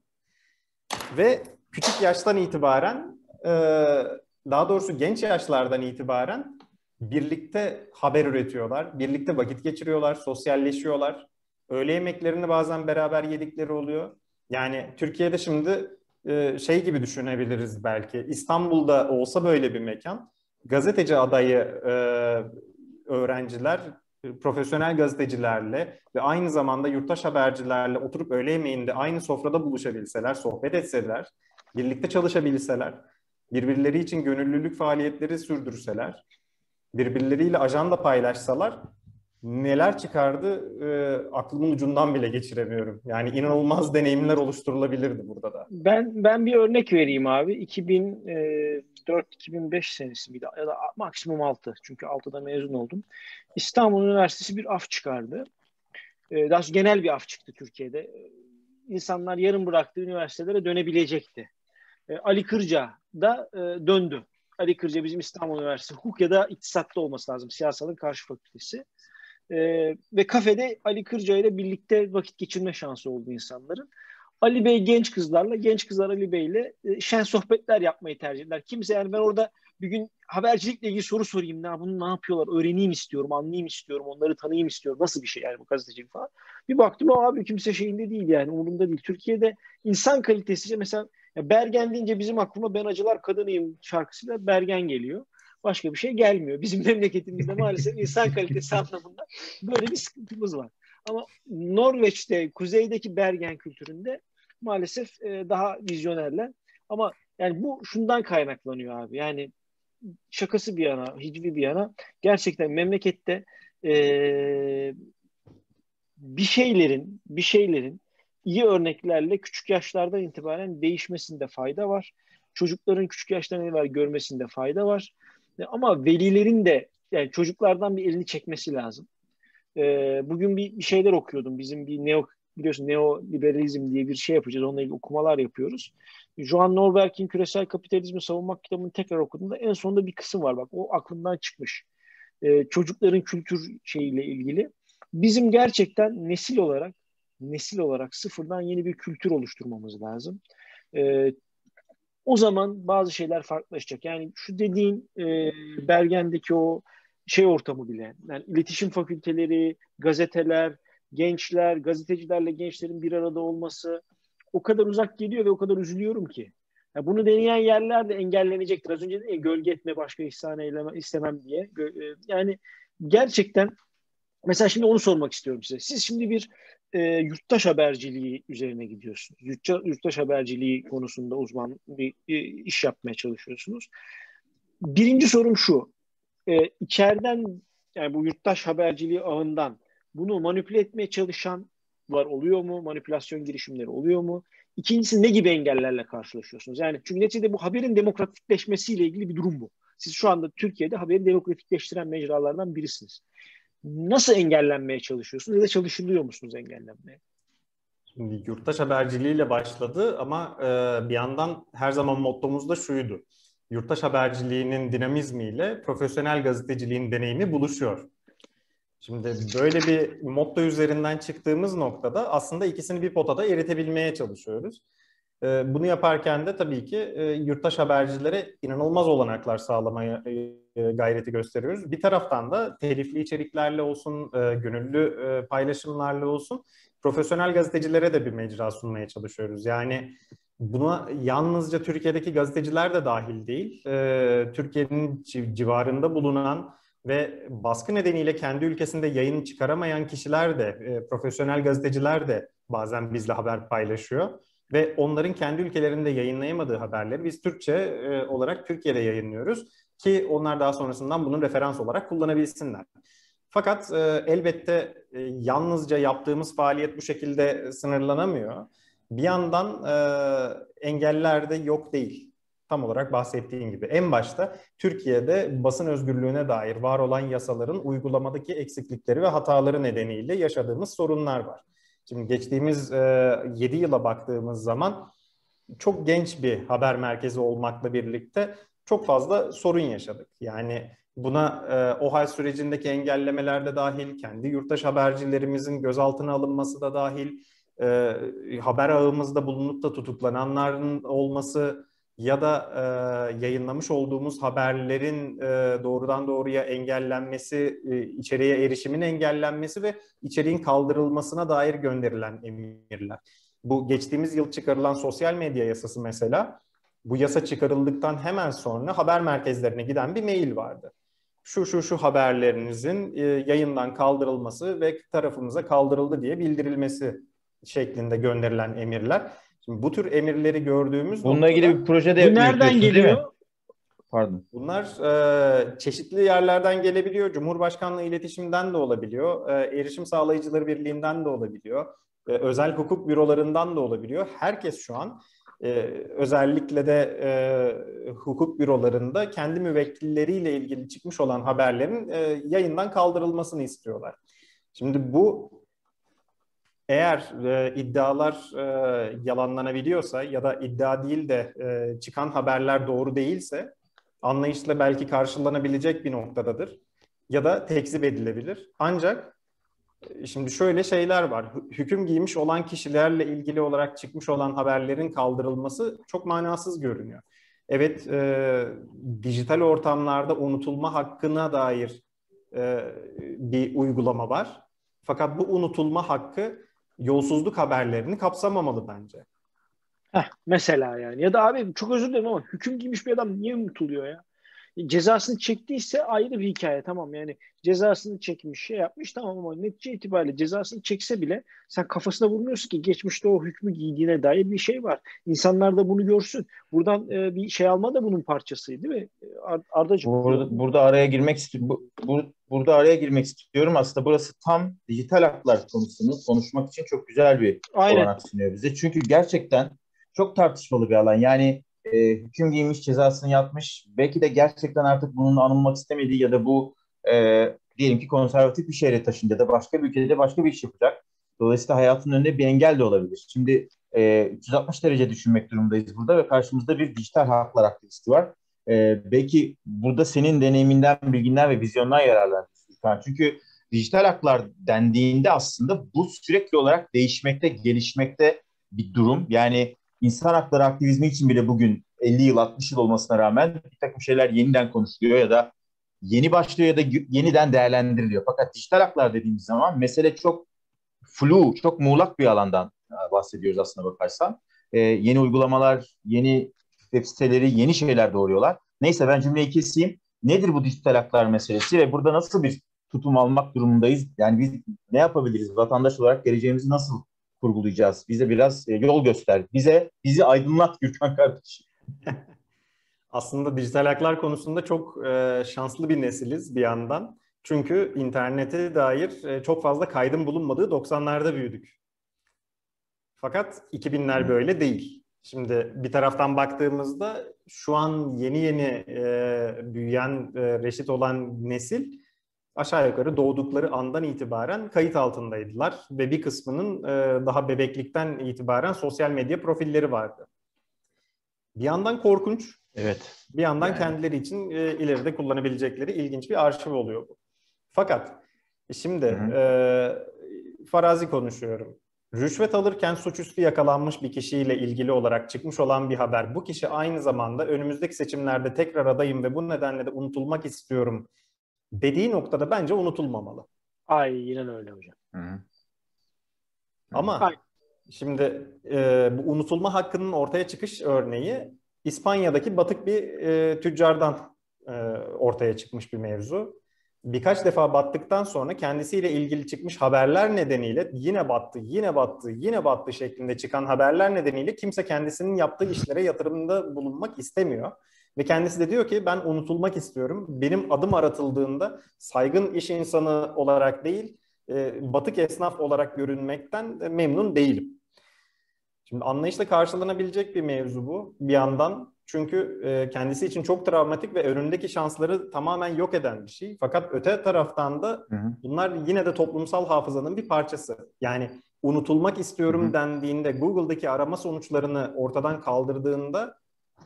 Ve küçük yaştan itibaren, e, daha doğrusu genç yaşlardan itibaren birlikte haber üretiyorlar, birlikte vakit geçiriyorlar, sosyalleşiyorlar. Öğle yemeklerini bazen beraber yedikleri oluyor. Yani Türkiye'de şimdi e, şey gibi düşünebiliriz belki. İstanbul'da olsa böyle bir mekan, gazeteci adayı e, öğrenciler, profesyonel gazetecilerle ve aynı zamanda yurttaş habercilerle oturup öğle yemeğinde aynı sofrada buluşabilseler, sohbet etseler, birlikte çalışabilseler, birbirleri için gönüllülük faaliyetleri sürdürseler, birbirleriyle ajanda paylaşsalar neler çıkardı e, aklımın ucundan bile geçiremiyorum. Yani inanılmaz deneyimler oluşturulabilirdi burada da. Ben ben bir örnek vereyim abi. iki bin dört iki bin beş senesi miydi? Ya da maksimum altı. Çünkü altıda mezun oldum. İstanbul Üniversitesi bir af çıkardı. Daha doğrusu genel bir af çıktı Türkiye'de. İnsanlar yarım bıraktığı üniversitelere dönebilecekti. Ali Kırca da döndü. Ali Kırca bizim İstanbul Üniversitesi hukuk ya da iktisatta olması lazım. Siyasalın karşı fakültesi. Ee, ve kafede Ali Kırca ile birlikte vakit geçirme şansı oldu insanların. Ali Bey genç kızlarla, genç kızlar Ali Bey ile e, şen sohbetler yapmayı tercih eder. Kimse yani ben orada bir gün habercilikle ilgili soru sorayım. Ne, bunu ne yapıyorlar? Öğreneyim istiyorum, anlayayım istiyorum, onları tanıyayım istiyorum. Nasıl bir şey yani bu gazetecilik falan. Bir baktım abi kimse şeyinde değil yani umurunda değil. Türkiye'de insan kalitesi mesela ya Bergen deyince bizim aklıma Ben Acılar Kadınıyım şarkısıyla Bergen geliyor. Başka bir şey gelmiyor. Bizim memleketimizde maalesef insan kalitesi anlamında böyle bir sıkıntımız var. Ama Norveç'te, kuzeydeki Bergen kültüründe maalesef e, daha vizyonerler. Ama yani bu şundan kaynaklanıyor abi. Yani şakası bir yana, hicvi bir yana gerçekten memlekette e, bir şeylerin, bir şeylerin iyi örneklerle küçük yaşlardan itibaren değişmesinde fayda var. Çocukların küçük yaşlardan itibaren görmesinde fayda var. Ama velilerin de yani çocuklardan bir elini çekmesi lazım. Ee, bugün bir, bir şeyler okuyordum. Bizim bir neo biliyorsun neoliberalizm diye bir şey yapacağız. Onunla ilgili okumalar yapıyoruz. Johan Norberg'in Küresel Kapitalizmi Savunmak kitabını tekrar okuduğumda en sonunda bir kısım var. Bak o aklımdan çıkmış. Ee, çocukların kültür şeyiyle ilgili. Bizim gerçekten nesil olarak nesil olarak sıfırdan yeni bir kültür oluşturmamız lazım. Ee, O zaman bazı şeyler farklılaşacak. Yani şu dediğin e, Bergen'deki o şey ortamı bile, yani iletişim fakülteleri, gazeteler, gençler, gazetecilerle gençlerin bir arada olması o kadar uzak geliyor ve o kadar üzülüyorum ki. Ya bunu deneyen yerler de engellenecektir. Az önce dedim ya gölge etme başka ihsan eyleme, istemem diye. Yani gerçekten mesela şimdi onu sormak istiyorum size. Siz şimdi bir e, yurttaş haberciliği üzerine gidiyorsunuz. Yurtta, yurttaş haberciliği konusunda uzman bir e, iş yapmaya çalışıyorsunuz. Birinci sorum şu. E, içeriden yani bu yurttaş haberciliği ağından bunu manipüle etmeye çalışan var oluyor mu? Manipülasyon girişimleri oluyor mu? İkincisi ne gibi engellerle karşılaşıyorsunuz? Yani çünkü neticede bu haberin demokratikleşmesiyle ilgili bir durum bu. Siz şu anda Türkiye'de haberi demokratikleştiren mecralardan birisiniz. Nasıl engellenmeye çalışıyorsunuz ya da çalışılıyor musunuz engellenmeye? Şimdi yurttaş haberciliğiyle başladı ama e, bir yandan her zaman mottomuz da şuydu. Yurttaş haberciliğinin dinamizmiyle profesyonel gazeteciliğin deneyimi buluşuyor. Şimdi böyle bir motto üzerinden çıktığımız noktada aslında ikisini bir potada eritebilmeye çalışıyoruz. E, bunu yaparken de tabii ki e, yurttaş habercilere inanılmaz olanaklar sağlamaya e, gayreti gösteriyoruz. Bir taraftan da telifli içeriklerle olsun, e, gönüllü e, paylaşımlarla olsun profesyonel gazetecilere de bir mecra sunmaya çalışıyoruz. Yani buna yalnızca Türkiye'deki gazeteciler de dahil değil. Ee, Türkiye'nin civarında bulunan ve baskı nedeniyle kendi ülkesinde yayın çıkaramayan kişiler de, e, profesyonel gazeteciler de bazen bizle haber paylaşıyor. Ve onların kendi ülkelerinde yayınlayamadığı haberleri biz Türkçe e, olarak Türkiye'de yayınlıyoruz. Ki onlar daha sonrasından bunu referans olarak kullanabilsinler. Fakat e, elbette e, yalnızca yaptığımız faaliyet bu şekilde sınırlanamıyor. Bir yandan e, engeller de yok değil. Tam olarak bahsettiğim gibi. En başta Türkiye'de basın özgürlüğüne dair var olan yasaların uygulamadaki eksiklikleri ve hataları nedeniyle yaşadığımız sorunlar var. Şimdi geçtiğimiz e, yedi yıla baktığımız zaman çok genç bir haber merkezi olmakla birlikte çok fazla sorun yaşadık. Yani buna e, OHAL sürecindeki engellemeler de dahil, kendi yurttaş habercilerimizin gözaltına alınması da dahil, e, haber ağımızda bulunup da tutuklananların olması ya da e, yayınlamış olduğumuz haberlerin e, doğrudan doğruya engellenmesi, e, içeriğe erişimin engellenmesi ve içeriğin kaldırılmasına dair gönderilen emirler. Bu geçtiğimiz yıl çıkarılan sosyal medya yasası mesela, bu yasa çıkarıldıktan hemen sonra haber merkezlerine giden bir mail vardı. Şu şu şu haberlerinizin e, yayından kaldırılması ve tarafımıza kaldırıldı diye bildirilmesi şeklinde gönderilen emirler. Şimdi bu tür emirleri gördüğümüz Bununla noktada, ilgili bir projede bu nereden geliyor? Pardon. Bunlar e, çeşitli yerlerden gelebiliyor. Cumhurbaşkanlığı iletişimden de olabiliyor. E, Erişim Sağlayıcıları Birliği'nden de olabiliyor. E, özel hukuk bürolarından da olabiliyor. Herkes şu an e, özellikle de e, hukuk bürolarında kendi müvekkilleriyle ilgili çıkmış olan haberlerin e, yayından kaldırılmasını istiyorlar. Şimdi bu eğer e, iddialar e, yalanlanabiliyorsa ya da iddia değil de e, çıkan haberler doğru değilse anlayışla belki karşılanabilecek bir noktadadır ya da tekzip edilebilir. Ancak şimdi şöyle şeyler var. Hüküm giymiş olan kişilerle ilgili olarak çıkmış olan haberlerin kaldırılması çok manasız görünüyor. Evet, e, dijital ortamlarda unutulma hakkına dair e, bir uygulama var. Fakat bu unutulma hakkı yolsuzluk haberlerini kapsamamalı bence. Heh, mesela yani. Ya da abi çok özür dilerim ama hüküm giymiş bir adam niye unutuluyor ya? Cezasını çektiyse ayrı bir hikaye, tamam yani cezasını çekmiş, şey yapmış, tamam, ama netice itibariyle cezasını çekse bile sen kafasına vurmuyorsun ki geçmişte o hükmü giydiğine dair bir şey var. İnsanlar da bunu görsün. Buradan e, bir şey alma da bunun parçasıydı değil mi? Ar Ardacığım. Burada, burada araya girmek istiyorum. Bu, bu, burada araya girmek istiyorum. Aslında burası tam dijital haklar konusunu konuşmak için çok güzel bir Aynen. olanak sunuyor bize. Çünkü gerçekten çok tartışmalı bir alan. Yani e, hüküm giymiş, cezasını yatmış. Belki de gerçekten artık bunun anılmak istemediği ya da bu e, diyelim ki konservatif bir şehre taşındı ya da başka bir ülkede başka bir iş yapacak. Dolayısıyla hayatının önünde bir engel de olabilir. Şimdi e, üç yüz altmış derece düşünmek durumundayız burada ve karşımızda bir dijital haklar aktivisti var. E, belki burada senin deneyiminden, bilginden ve vizyondan yararlanıyorsun. Çünkü dijital haklar dendiğinde aslında bu sürekli olarak değişmekte, gelişmekte bir durum. Yani İnsan hakları aktivizmi için bile bugün elli yıl, altmış yıl olmasına rağmen bir takım şeyler yeniden konuşuluyor ya da yeni başlıyor ya da yeniden değerlendiriliyor. Fakat dijital haklar dediğimiz zaman mesele çok flu, çok muğlak bir alandan bahsediyoruz aslına bakarsan. Ee, yeni uygulamalar, yeni web siteleri, yeni şeyler doğuruyorlar. Neyse ben cümleyi keseyim. Nedir bu dijital haklar meselesi ve burada nasıl bir tutum almak durumundayız? Yani biz ne yapabiliriz? Vatandaş olarak geleceğimizi nasıl kurgulayacağız? Bize biraz e, yol göster. Bize bizi aydınlat Gürkan kardeşim. Aslında dijital haklar konusunda çok e, şanslı bir nesiliz bir yandan. Çünkü internete dair e, çok fazla kaydın bulunmadığı doksanlarda büyüdük. Fakat iki binler böyle değil. Şimdi bir taraftan baktığımızda şu an yeni yeni e, büyüyen, e, reşit olan nesil aşağı yukarı doğdukları andan itibaren kayıt altındaydılar ve bir kısmının e, daha bebeklikten itibaren sosyal medya profilleri vardı. Bir yandan korkunç, Evet. bir yandan Yani. kendileri için e, ileride kullanabilecekleri ilginç bir arşiv oluyor bu. Fakat şimdi e, farazi konuşuyorum. Rüşvet alırken suçüstü yakalanmış bir kişiyle ilgili olarak çıkmış olan bir haber. Bu kişi aynı zamanda önümüzdeki seçimlerde tekrar adayım ve bu nedenle de unutulmak istiyorum dediği noktada bence unutulmamalı. Aynen öyle hocam. Hı hı. Ama Aynen. şimdi e, bu unutulma hakkının ortaya çıkış örneği İspanya'daki batık bir e, tüccardan e, ortaya çıkmış bir mevzu. Birkaç defa battıktan sonra kendisiyle ilgili çıkmış haberler nedeniyle yine battı, yine battı, yine battı şeklinde çıkan haberler nedeniyle kimse kendisinin yaptığı işlere yatırımda bulunmak istemiyor. Ve kendisi de diyor ki ben unutulmak istiyorum. Benim adım aratıldığında saygın iş insanı olarak değil, batık esnaf olarak görünmekten memnun değilim. Şimdi anlayışla karşılanabilecek bir mevzu bu bir yandan. Çünkü kendisi için çok travmatik ve önündeki şansları tamamen yok eden bir şey. Fakat öte taraftan da hı hı. bunlar yine de toplumsal hafızanın bir parçası. Yani unutulmak istiyorum hı hı. dendiğinde Google'daki arama sonuçlarını ortadan kaldırdığında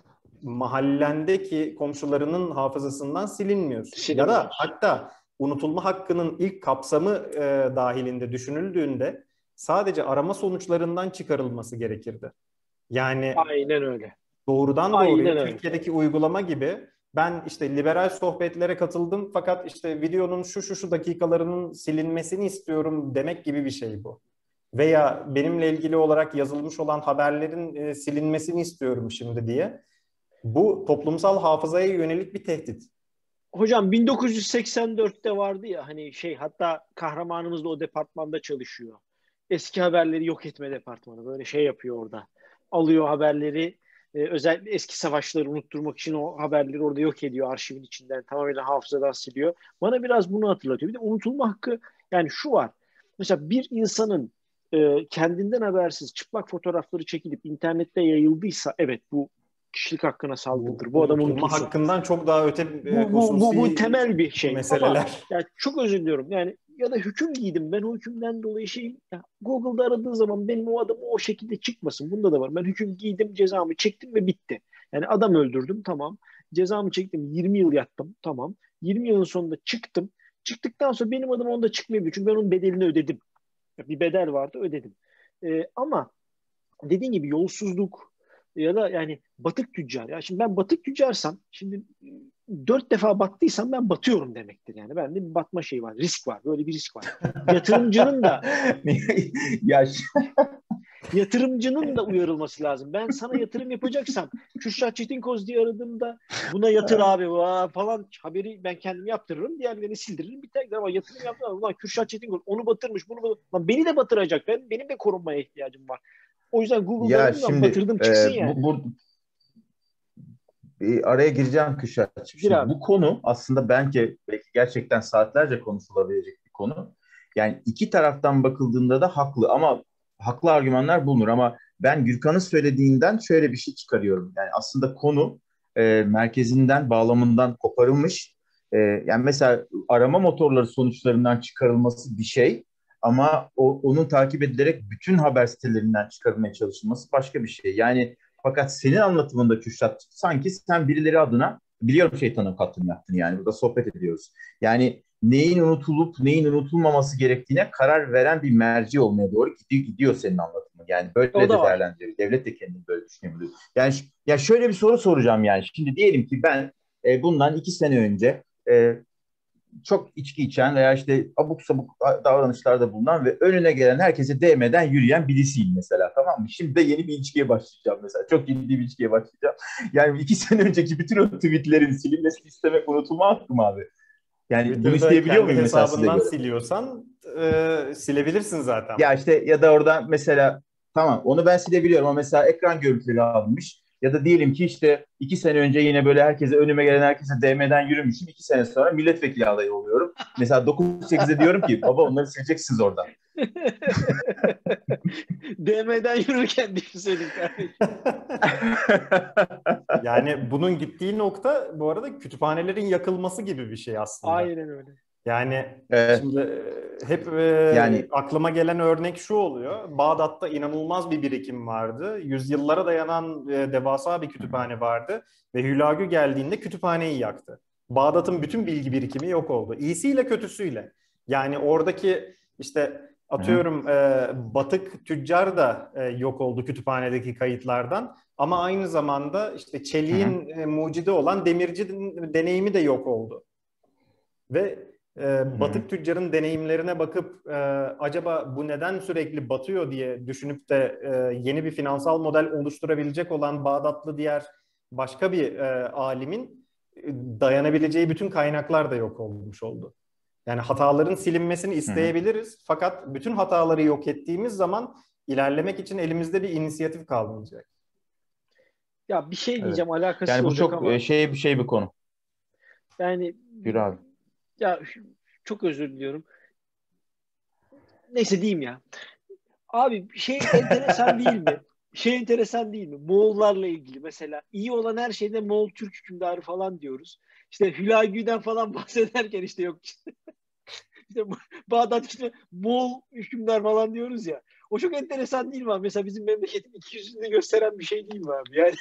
mahallendeki komşularının hafızasından silinmiyorsun. Silinmiyor. Ya da hatta unutulma hakkının ilk kapsamı e, dahilinde düşünüldüğünde sadece arama sonuçlarından çıkarılması gerekirdi. Yani aynen öyle. Doğrudan doğruya Türkiye'deki uygulama gibi ben işte liberal sohbetlere katıldım fakat işte videonun şu şu şu dakikalarının silinmesini istiyorum demek gibi bir şey bu. Veya benimle ilgili olarak yazılmış olan haberlerin e, silinmesini istiyorum şimdi diye. Bu toplumsal hafızaya yönelik bir tehdit. Hocam bin dokuz yüz seksen dörtte vardı ya hani şey hatta kahramanımız da o departmanda çalışıyor. Eski haberleri yok etme departmanı böyle şey yapıyor orada. Alıyor haberleri e, özellikle eski savaşları unutturmak için o haberleri orada yok ediyor arşivin içinden tamamen hafızadan siliyor. Bana biraz bunu hatırlatıyor. Bir de unutulma hakkı yani şu var. Mesela bir insanın e, kendinden habersiz çıplak fotoğrafları çekilip internette yayıldıysa evet bu kişilik hakkına saldırıdır. Bu, bu adam unutulsun. Hakkından çok daha öte bu, bu, bu, bu temel bir şey. Meseleler. Ama yani çok özür diliyorum. Yani ya da hüküm giydim. Ben o hükümden dolayı şey ya, Google'da aradığı zaman benim o adamı o şekilde çıkmasın. Bunda da var. Ben hüküm giydim, cezamı çektim ve bitti. Yani adam öldürdüm tamam. Cezamı çektim. yirmi yıl yattım tamam. yirmi yılın sonunda çıktım. Çıktıktan sonra benim adım onda çıkmayabilir. Çünkü ben onun bedelini ödedim. Bir bedel vardı ödedim. Ee, ama dediğin gibi yolsuzluk ya da yani batık tüccar. Ya şimdi ben batık tüccarsam şimdi dört defa battıysam ben batıyorum demektir. Yani bende bir batma şeyi var. Risk var. Böyle bir risk var. Yatırımcının da Yaş. yatırımcının da uyarılması lazım. Ben sana yatırım yapacaksam Kürşat Çetinkoz diye aradığımda buna yatır abi falan haberi ben kendim yaptırırım. Diğerlerini sildiririm. Bir tek ama yatırım yaptım. Ulan Kürşat Çetinkoz onu batırmış. Bunu batırmış. Lan beni de batıracak. Ben, benim de korunmaya ihtiyacım var. O yüzden Google'dan şimdi, batırdım çıksın e, yani. Bu, bu, bir araya gireceğim Kürşat. Bu konu aslında belki, belki gerçekten saatlerce konuşulabilecek bir konu. Yani iki taraftan bakıldığında da haklı ama haklı argümanlar bulunur ama ben Gürkan'ın söylediğinden şöyle bir şey çıkarıyorum. Yani aslında konu e, merkezinden, bağlamından koparılmış. E, yani mesela arama motorları sonuçlarından çıkarılması bir şey ama o, onun takip edilerek bütün haber sitelerinden çıkarılmaya çalışılması başka bir şey. Yani fakat senin anlatımında Kürşat sanki sen birileri adına biliyorum şeytanın katlını yaptın yani burada sohbet ediyoruz. Yani neyin unutulup neyin unutulmaması gerektiğine karar veren bir merci olmaya doğru gidiyor, gidiyor senin anlatımın. Yani böyle de değerlendiriyor. Devlet de kendini böyle düşünebiliyor. Yani ya şöyle bir soru soracağım yani. Şimdi diyelim ki ben e, bundan iki sene önce e, çok içki içen veya işte abuk sabuk davranışlarda bulunan ve önüne gelen herkese değmeden yürüyen birisiyim mesela, tamam mı? Şimdi de yeni bir ilişkiye başlayacağım mesela. Çok ciddi bir ilişkiye başlayacağım. Yani iki sene önceki bütün o tweetlerin silinmesini istemek unutulma hakkım abi. Yani Twitter'da bunu isteyebiliyor muyum mesela size göre? Hesabından siliyorsan e, silebilirsin zaten. Ya işte ya da orada mesela tamam onu ben silebiliyorum ama mesela ekran görüntüleri alınmış. Ya da diyelim ki işte iki sene önce yine böyle herkese önüme gelen herkese D M'den yürümüşüm. İki sene sonra milletvekili adayı oluyorum. Mesela dokuz sekizde diyorum ki baba onları sileceksiniz oradan. D M'den yürürken düşünseydin kardeşim. Yani bunun gittiği nokta bu arada kütüphanelerin yakılması gibi bir şey aslında. Aynen öyle. Yani Evet. şimdi e, hep e, Yani aklıma gelen örnek şu oluyor. Bağdat'ta inanılmaz bir birikim vardı. Yüzyıllara dayanan e, devasa bir kütüphane vardı. Ve Hülagü geldiğinde kütüphaneyi yaktı. Bağdat'ın bütün bilgi birikimi yok oldu. İyisiyle kötüsüyle. Yani oradaki işte hı hı. atıyorum e, batık tüccar da e, yok oldu kütüphanedeki kayıtlardan. Ama aynı zamanda işte Hı hı. çeliğin e, mucidi olan demirci deneyimi de yok oldu. Ve e, Hı hı. batık tüccarın deneyimlerine bakıp e, acaba bu neden sürekli batıyor diye düşünüp de e, yeni bir finansal model oluşturabilecek olan Bağdatlı diğer başka bir e, alimin e, dayanabileceği bütün kaynaklar da yok olmuş oldu. Yani hataların silinmesini Hı hı. isteyebiliriz fakat bütün hataları yok ettiğimiz zaman ilerlemek için elimizde bir inisiyatif kalmayacak. Ya bir şey Evet. diyeceğim, alakasız Yani bu olacak çok ama e, şey bir şey bir konu. yani Yürü abi. ya çok özür diliyorum. Neyse diyeyim ya. Abi şey enteresan değil mi? Şey enteresan değil mi? Moğollarla ilgili mesela iyi olan her şeyde Moğol Türk hükümdarı falan diyoruz. İşte Hülagü'den falan bahsederken işte yok işte, işte Bağdat işte Moğol hükümdar falan diyoruz ya. O çok enteresan değil mi abi? Mesela bizim memleketin ikiyüzlülüğünü gösteren bir şey değil mi abi? Yani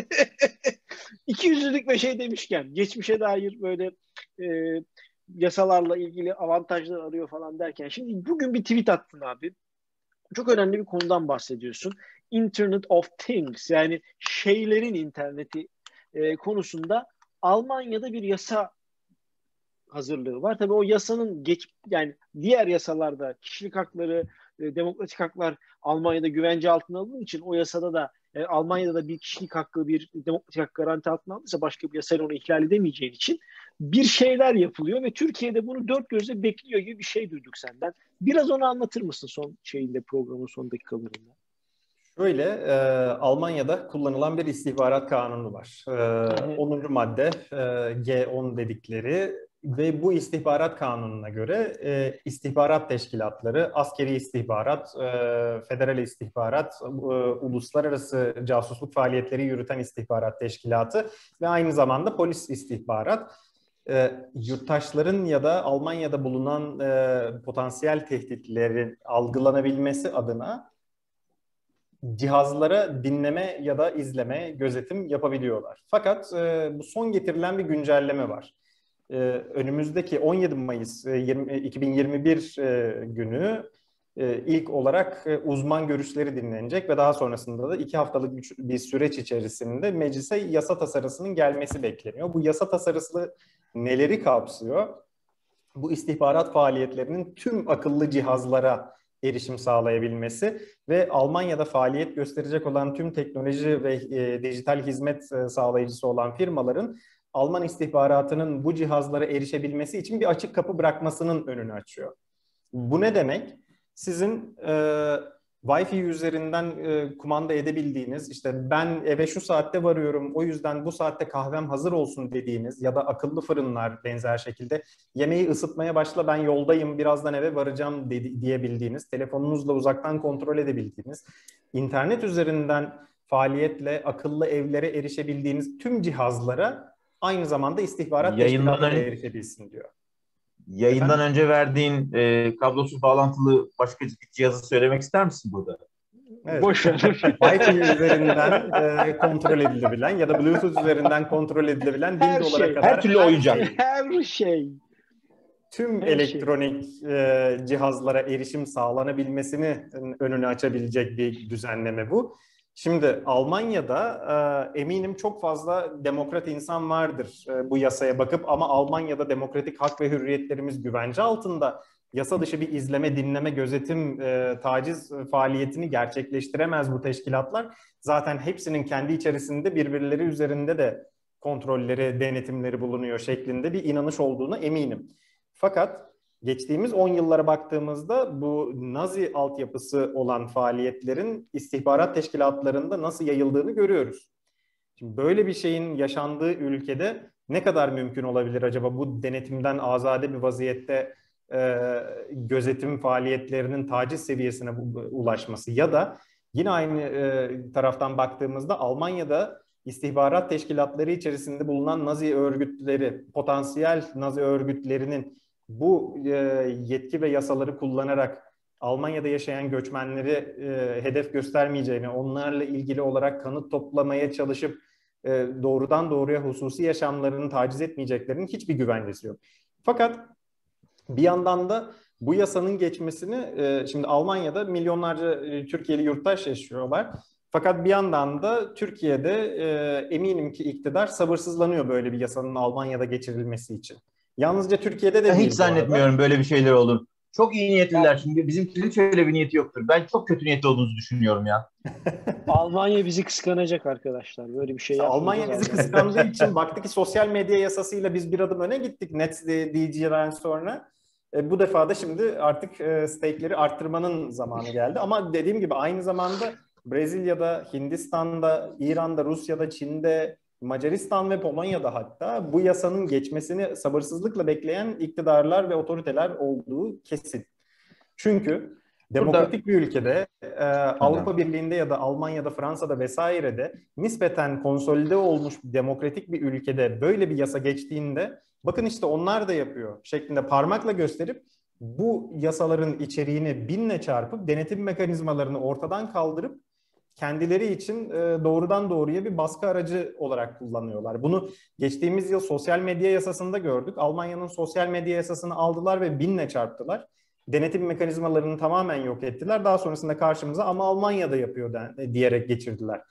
ikiyüzlülük ve şey demişken geçmişe dair böyle e, yasalarla ilgili avantajlar arıyor falan derken şimdi bugün bir tweet attın abi. Çok önemli bir konudan bahsediyorsun. Internet of Things yani şeylerin interneti e, konusunda Almanya'da bir yasa hazırlığı var. Tabii o yasanın geç yani diğer yasalarda kişilik hakları, e, demokratik haklar Almanya'da güvence altına alındığı için o yasada da e, Almanya'da da bir kişilik hakkı, bir demokratik hak garanti altına alınırsa başka bir yasayla onu ihlal edemeyeceğin için bir şeyler yapılıyor ve Türkiye'de bunu dört gözle bekliyor gibi bir şey duyduk senden. Biraz onu anlatır mısın son şeyinde programın son dakikalarında? Şöyle, e, Almanya'da kullanılan bir istihbarat kanunu var. E, Hı hı. onuncu madde e, G on dedikleri ve bu istihbarat kanununa göre e, istihbarat teşkilatları, askeri istihbarat, e, federal istihbarat, e, uluslararası casusluk faaliyetleri yürüten istihbarat teşkilatı ve aynı zamanda polis istihbarat, e, yurttaşların ya da Almanya'da bulunan e, potansiyel tehditlerin algılanabilmesi adına cihazlara dinleme ya da izleme, gözetim yapabiliyorlar. Fakat e, bu son getirilen bir güncelleme var. E, önümüzdeki on yedi Mayıs e, yirmi, iki bin yirmi bir e, günü e, ilk olarak e, uzman görüşleri dinlenecek ve daha sonrasında da iki haftalık bir, bir süreç içerisinde meclise yasa tasarısının gelmesi bekleniyor. Bu yasa tasarısı neleri kapsıyor? Bu istihbarat faaliyetlerinin tüm akıllı cihazlara erişim sağlayabilmesi ve Almanya'da faaliyet gösterecek olan tüm teknoloji ve e, dijital hizmet e, sağlayıcısı olan firmaların Alman istihbaratının bu cihazlara erişebilmesi için bir açık kapı bırakmasının önünü açıyor. Bu ne demek? Sizin e, Wi-Fi üzerinden e, kumanda edebildiğiniz, işte ben eve şu saatte varıyorum, o yüzden bu saatte kahvem hazır olsun dediğiniz ya da akıllı fırınlar benzer şekilde yemeği ısıtmaya başla ben yoldayım, birazdan eve varacağım de- diyebildiğiniz, telefonunuzla uzaktan kontrol edebildiğiniz, internet üzerinden faaliyetle akıllı evlere erişebildiğiniz tüm cihazlara aynı zamanda istihbarat Yayından teşkilatı da ön, erişebilsin diyor. yayından Efendim? önce verdiğin e, kablosuz bağlantılı başka cihazı söylemek ister misin burada? Evet. Boş ver. Wi-Fi üzerinden e, kontrol edilebilen ya da Bluetooth üzerinden kontrol edilebilen bin Her dolara şey. Her kadar türlü her oyuncak. şeyi, Her şey. tüm Her şey. elektronik e, cihazlara erişim sağlanabilmesini önünü açabilecek bir düzenleme bu. Şimdi Almanya'da e, eminim çok fazla demokrat insan vardır e, bu yasaya bakıp ama Almanya'da demokratik hak ve hürriyetlerimiz güvence altında. Yasa dışı bir izleme, dinleme, gözetim, e, taciz faaliyetini gerçekleştiremez bu teşkilatlar. Zaten hepsinin kendi içerisinde birbirleri üzerinde de kontrolleri, denetimleri bulunuyor şeklinde bir inanış olduğuna eminim. Fakat geçtiğimiz on yıllara baktığımızda bu Nazi altyapısı olan faaliyetlerin istihbarat teşkilatlarında nasıl yayıldığını görüyoruz. Şimdi böyle bir şeyin yaşandığı ülkede ne kadar mümkün olabilir acaba bu denetimden azade bir vaziyette e, gözetim faaliyetlerinin taciz seviyesine ulaşması ya da yine aynı e, taraftan baktığımızda Almanya'da istihbarat teşkilatları içerisinde bulunan Nazi örgütleri, potansiyel Nazi örgütlerinin bu e, yetki ve yasaları kullanarak Almanya'da yaşayan göçmenleri e, hedef göstermeyeceğini, onlarla ilgili olarak kanıt toplamaya çalışıp e, doğrudan doğruya hususi yaşamlarını taciz etmeyeceklerinin hiçbir güvencesi yok. Fakat bir yandan da bu yasanın geçmesini, e, şimdi Almanya'da milyonlarca e, Türkiye'li yurttaş yaşıyorlar. Fakat bir yandan da Türkiye'de e, eminim ki iktidar sabırsızlanıyor böyle bir yasanın Almanya'da geçirilmesi için. Yalnızca Türkiye'de de Ben değil hiç bu arada. zannetmiyorum böyle bir şeyler olur. Çok iyi niyetliler şimdi. Bizimkilerin şöyle bir niyeti yoktur. Ben çok kötü niyetli olduğunuzu düşünüyorum ya. Almanya bizi kıskanacak arkadaşlar. Böyle bir şey İşte yapmayacağız. Almanya bizi Almanya. kıskandığı için baktı ki sosyal medya yasasıyla biz bir adım öne gittik NetzDG'den sonra. E, bu defa da şimdi artık e, stake'leri arttırmanın zamanı geldi. Ama dediğim gibi aynı zamanda Brezilya'da, Hindistan'da, İran'da, Rusya'da, Çin'de, Macaristan ve Polonya'da hatta bu yasanın geçmesini sabırsızlıkla bekleyen iktidarlar ve otoriteler olduğu kesin. Çünkü demokratik bir ülkede, e, Avrupa Birliği'nde ya da Almanya'da, Fransa'da vesairede nispeten konsolide olmuş demokratik bir ülkede böyle bir yasa geçtiğinde bakın işte onlar da yapıyor şeklinde parmakla gösterip bu yasaların içeriğini binle çarpıp denetim mekanizmalarını ortadan kaldırıp kendileri için e, doğrudan doğruya bir baskı aracı olarak kullanıyorlar. Bunu geçtiğimiz yıl sosyal medya yasasında gördük. Almanya'nın sosyal medya yasasını aldılar ve binle çarptılar. Denetim mekanizmalarını tamamen yok ettiler. Daha sonrasında karşımıza ama Almanya'da yapıyor den, diyerek geçirdiler.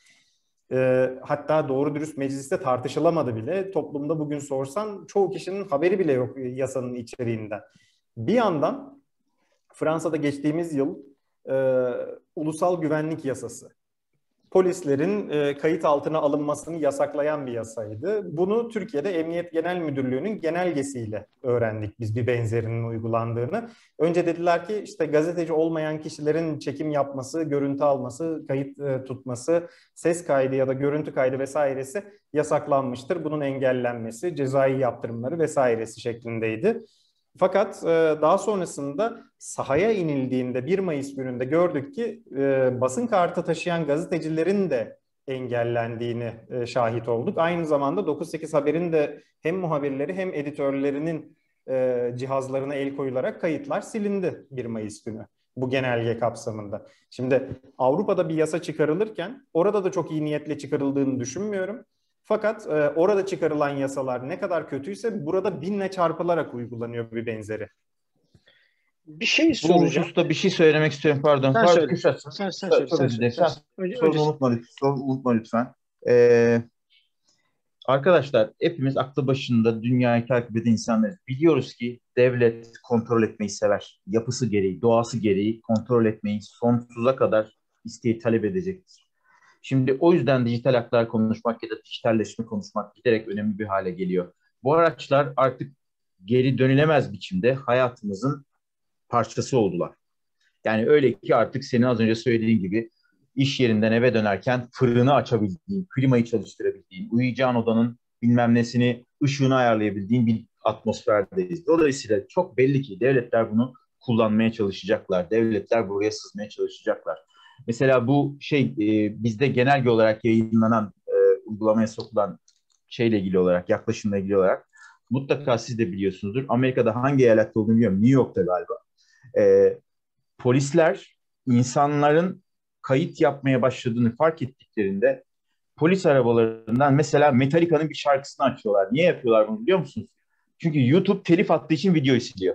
E, hatta doğru dürüst mecliste tartışılamadı bile. Toplumda bugün sorsan çoğu kişinin haberi bile yok yasanın içeriğinden. Bir yandan Fransa'da geçtiğimiz yıl e, ulusal güvenlik yasası. Polislerin e, kayıt altına alınmasını yasaklayan bir yasaydı. Bunu Türkiye'de Emniyet Genel Müdürlüğü'nün genelgesiyle öğrendik biz bir benzerinin uygulandığını. Önce dediler ki işte gazeteci olmayan kişilerin çekim yapması, görüntü alması, kayıt e, tutması, ses kaydı ya da görüntü kaydı vesairesi yasaklanmıştır. Bunun engellenmesi, cezai yaptırımları vesairesi şeklindeydi. Fakat e, daha sonrasında sahaya inildiğinde bir Mayıs gününde gördük ki e, basın kartı taşıyan gazetecilerin de engellendiğini e, şahit olduk. Aynı zamanda dokuz sekiz Haber'in de hem muhabirleri hem editörlerinin e, cihazlarına el koyularak kayıtlar silindi bir Mayıs günü bu genelge kapsamında. Şimdi Avrupa'da bir yasa çıkarılırken orada da çok iyi niyetle çıkarıldığını düşünmüyorum. Fakat e, orada çıkarılan yasalar ne kadar kötüyse burada binle çarpılarak uygulanıyor bir benzeri. Bir şey Bu soracağım. hususta bir şey söylemek istiyorum. Pardon. Sen Pardon, söyle. Kürşat. Sen, sen söyle. Sen söyle. Sen, önce, sorunu önce... unutma, sorunu unutma lütfen. Ee, arkadaşlar hepimiz aklı başında dünyayı takip eden insanlarız. Biliyoruz ki devlet kontrol etmeyi sever. Yapısı gereği, doğası gereği kontrol etmeyi sonsuza kadar isteği talep edecektir. Şimdi o yüzden dijital haklar konuşmak ya da dijitalleşme konuşmak giderek önemli bir hale geliyor. Bu araçlar artık geri dönülemez biçimde hayatımızın parçası oldular. Yani öyle ki artık senin az önce söylediğin gibi iş yerinden eve dönerken fırını açabildiğin, klimayı çalıştırabildiğin, uyuyacağın odanın bilmem nesini, ışığını ayarlayabildiğin bir atmosferdeyiz. Dolayısıyla çok belli ki devletler bunu kullanmaya çalışacaklar. Devletler buraya sızmaya çalışacaklar. Mesela bu şey e, bizde genelge olarak yayınlanan, e, uygulamaya sokulan şeyle ilgili olarak, yaklaşımla ilgili olarak mutlaka siz de biliyorsunuzdur. Amerika'da hangi eyalette olduğunu bilmiyorum. New York'ta galiba. E, polisler insanların kayıt yapmaya başladığını fark ettiklerinde polis arabalarından mesela Metallica'nın bir şarkısını açıyorlar. Niye yapıyorlar bunu biliyor musunuz? Çünkü YouTube telif attığı için videoyu siliyor.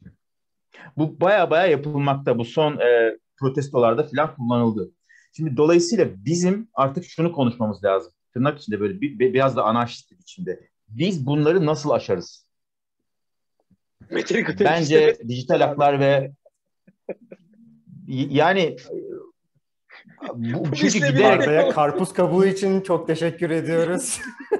Bu baya baya yapılmakta. Bu son e, protestolarda falan kullanıldı. Şimdi dolayısıyla bizim artık şunu konuşmamız lazım. Tırnak içinde böyle bir, biraz da anarşist içinde. Biz bunları nasıl aşarız? Bence dijital haklar ve yani bu, çünkü giderek Arda'ya karpuz kabuğu için çok teşekkür ediyoruz.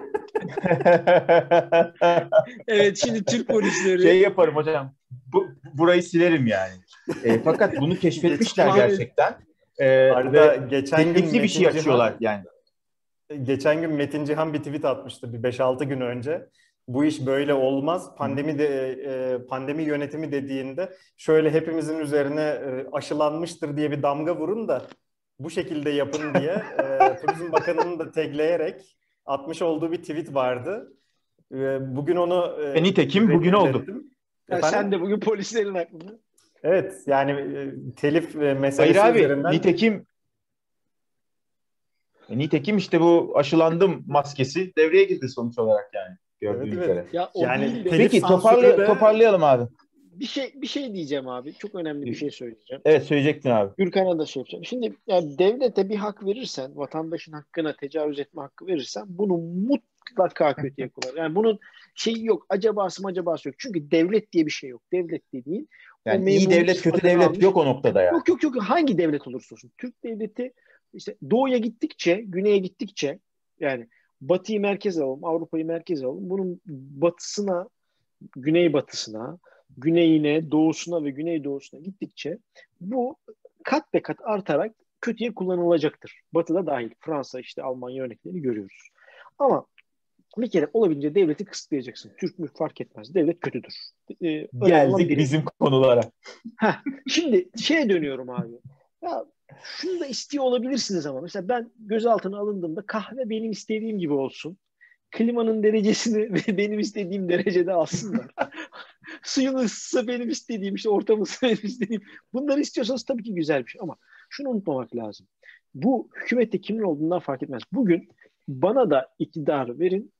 Evet, şimdi Türk polisleri şey yaparım hocam. Bu, burayı silerim yani. E, fakat bunu keşfetmişler gerçekten. E, Arda geçen gün bir şey açıyorlar yani. Geçen gün Metin Cihan bir tweet atmıştı bir beş altı gün önce. Bu iş böyle olmaz. Pandemi de pandemi yönetimi dediğinde şöyle hepimizin üzerine aşılanmıştır diye bir damga vurun da bu şekilde yapın diye e, Turizm Bakanı'nın da tagleyerek atmış olduğu bir tweet vardı. E, bugün onu e, nitekim bugün oldu. Yani sen de bugün polislerin aklında. Evet, yani e, telif e, meselesi Hayır abi, üzerinden... nitekim nitekim işte bu aşılandım maskesi devreye girdi sonuç olarak yani. Gördüğün Evet, üzere. evet. Ya o Yani değil de... telif Peki sansürü toparlay de... toparlayalım abi. Bir şey bir şey diyeceğim abi. Çok önemli bir şey söyleyeceğim. Evet, söyleyecektin abi. Gürkan'a da şey yapacağım. Şimdi yani devlete bir hak verirsen, vatandaşın hakkına tecavüz etme hakkı verirsen bunu mutlaka kötüye kullanır. Yani bunun şeyi yok. Acabası mı acabası yok. Çünkü devlet diye bir şey yok. Devlet dediğin o Yani iyi memurluk devlet, kötü sıfatını devlet almış. yok o noktada ya. Yok yok yok. Hangi devlet olursa olsun. Türk devleti işte doğuya gittikçe, güneye gittikçe yani batıyı merkez alalım, Avrupa'yı merkez alalım. Bunun batısına, güneybatısına, güneyine, doğusuna ve güneydoğusuna gittikçe bu kat be kat artarak kötüye kullanılacaktır. Batı'da dahil. Fransa, işte Almanya örneklerini görüyoruz. Ama bir kere olabildiğince devleti kısıtlayacaksın. Türk mü fark etmez. Devlet kötüdür. Ee, Geldik bizim konulara. Heh, şimdi şeye dönüyorum abi. Ya şunu da istiyor olabilirsiniz ama mesela ben gözaltına alındığımda kahve benim istediğim gibi olsun. Klimanın derecesini benim istediğim derecede alsınlar. Suyun ısısı benim istediğim, işte ortam ısı benim istediğim. Bunları istiyorsanız tabii ki güzel bir şey ama şunu unutmamak lazım. Bu hükümette kimin olduğundan fark etmez. Bugün bana da iktidar verin,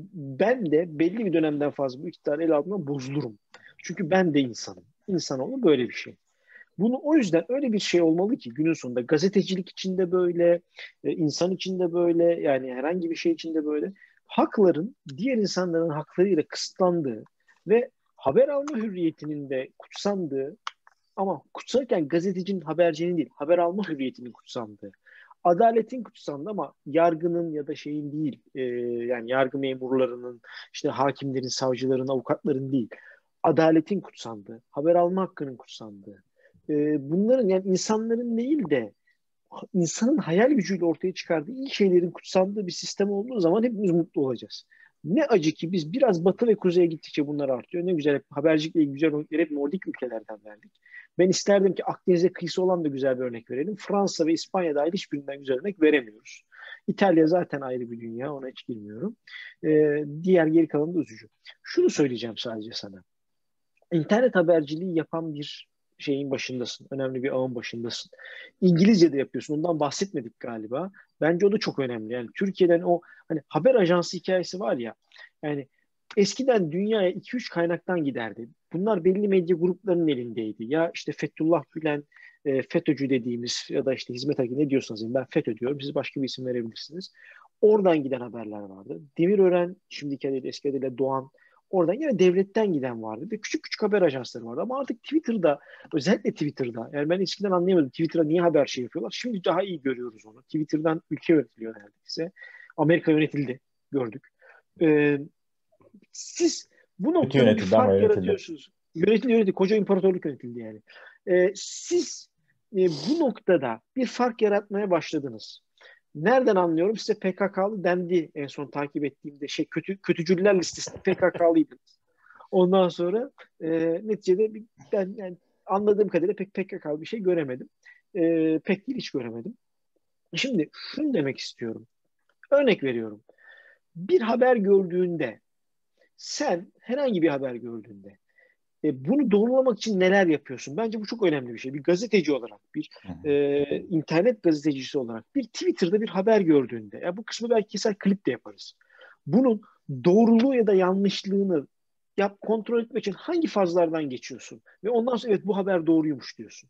ben de belli bir dönemden fazla bu iktidarı el altından bozulurum. Çünkü ben de insanım. İnsanoğlu böyle bir şey. Bunu o yüzden öyle bir şey olmalı ki günün sonunda gazetecilik içinde böyle, insan içinde böyle, yani herhangi bir şey içinde böyle hakların diğer insanların haklarıyla kısıtlandığı ve haber alma hürriyetinin de kutsandığı, ama kutsanırken gazetecinin, habercinin değil, haber alma hürriyetinin kutsandığı, adaletin kutsandığı ama yargının ya da şeyin değil, e, yani yargı memurlarının, işte hakimlerin, savcıların, avukatların değil, adaletin kutsandığı, haber alma hakkının kutsandığı, e, bunların yani insanların değil de insanın hayal gücüyle ortaya çıkardığı iyi şeylerin kutsandığı bir sistem olduğu zaman hepimiz mutlu olacağız. Ne acı ki biz biraz batı ve kuzeye gittikçe bunlar artıyor. Ne güzel, hep habercilikle güzel örnekleri hep Nordik ülkelerden verdik. Ben isterdim ki Akdeniz'e kıyısı olan da güzel bir örnek verelim. Fransa ve İspanya dahil hiçbirinden güzel örnek veremiyoruz. İtalya zaten ayrı bir dünya, ona hiç girmiyorum. Ee, diğer geri kalanı da üzücü. Şunu söyleyeceğim sadece sana. İnternet haberciliği yapan bir şeyin başındasın. Önemli bir ağın başındasın. İngilizce de yapıyorsun. Ondan bahsetmedik galiba. Bence o da çok önemli. Yani Türkiye'den o hani haber ajansı hikayesi var ya. Yani eskiden dünyaya iki üç kaynaktan giderdi. Bunlar belli medya gruplarının elindeydi. Ya işte Fethullah Gülen, e, FETÖ'cü dediğimiz ya da işte hizmet hakkı, ne diyorsanız diyeyim, ben FETÖ diyorum. Siz başka bir isim verebilirsiniz. Oradan giden haberler vardı. Demirören, şimdiki adıyla eski adıyla Doğan, oradan yine devletten giden vardı ve küçük küçük haber ajansları vardı. Ama artık Twitter'da, özellikle Twitter'da, yani ben eskiden anlayamadım Twitter'da niye haber şey yapıyorlar. Şimdi daha iyi görüyoruz onu. Twitter'dan ülke yönetiliyor neredeyse. Amerika yönetildi, gördük. Ee, siz bu Kötü noktada bir yönetildi ama fark yönetildi. yaratıyorsunuz. Yönetildi, yönetildi. Koca imparatorluk yönetildi yani. Ee, siz e, bu noktada bir fark yaratmaya başladınız. Nereden anlıyorum? Size P K K'lı dendi en son takip ettiğimde. Şey, kötü kötücüller listesinde P K K'lıydınız. Ondan sonra e, neticede bir, ben yani anladığım kadarıyla pek P K K'lı bir şey göremedim. E, pek değil, hiç göremedim. Şimdi şunu demek istiyorum. Örnek veriyorum. Bir haber gördüğünde, sen herhangi bir haber gördüğünde E, bunu doğrulamak için neler yapıyorsun? Bence bu çok önemli bir şey. Bir gazeteci olarak, bir e, internet gazetecisi olarak, bir Twitter'da bir haber gördüğünde, ya bu kısmı belki keser klip de yaparız. Bunun doğruluğu ya da yanlışlığını yap, kontrol etmek için hangi fazlardan geçiyorsun? Ve ondan sonra evet bu haber doğruymuş diyorsun.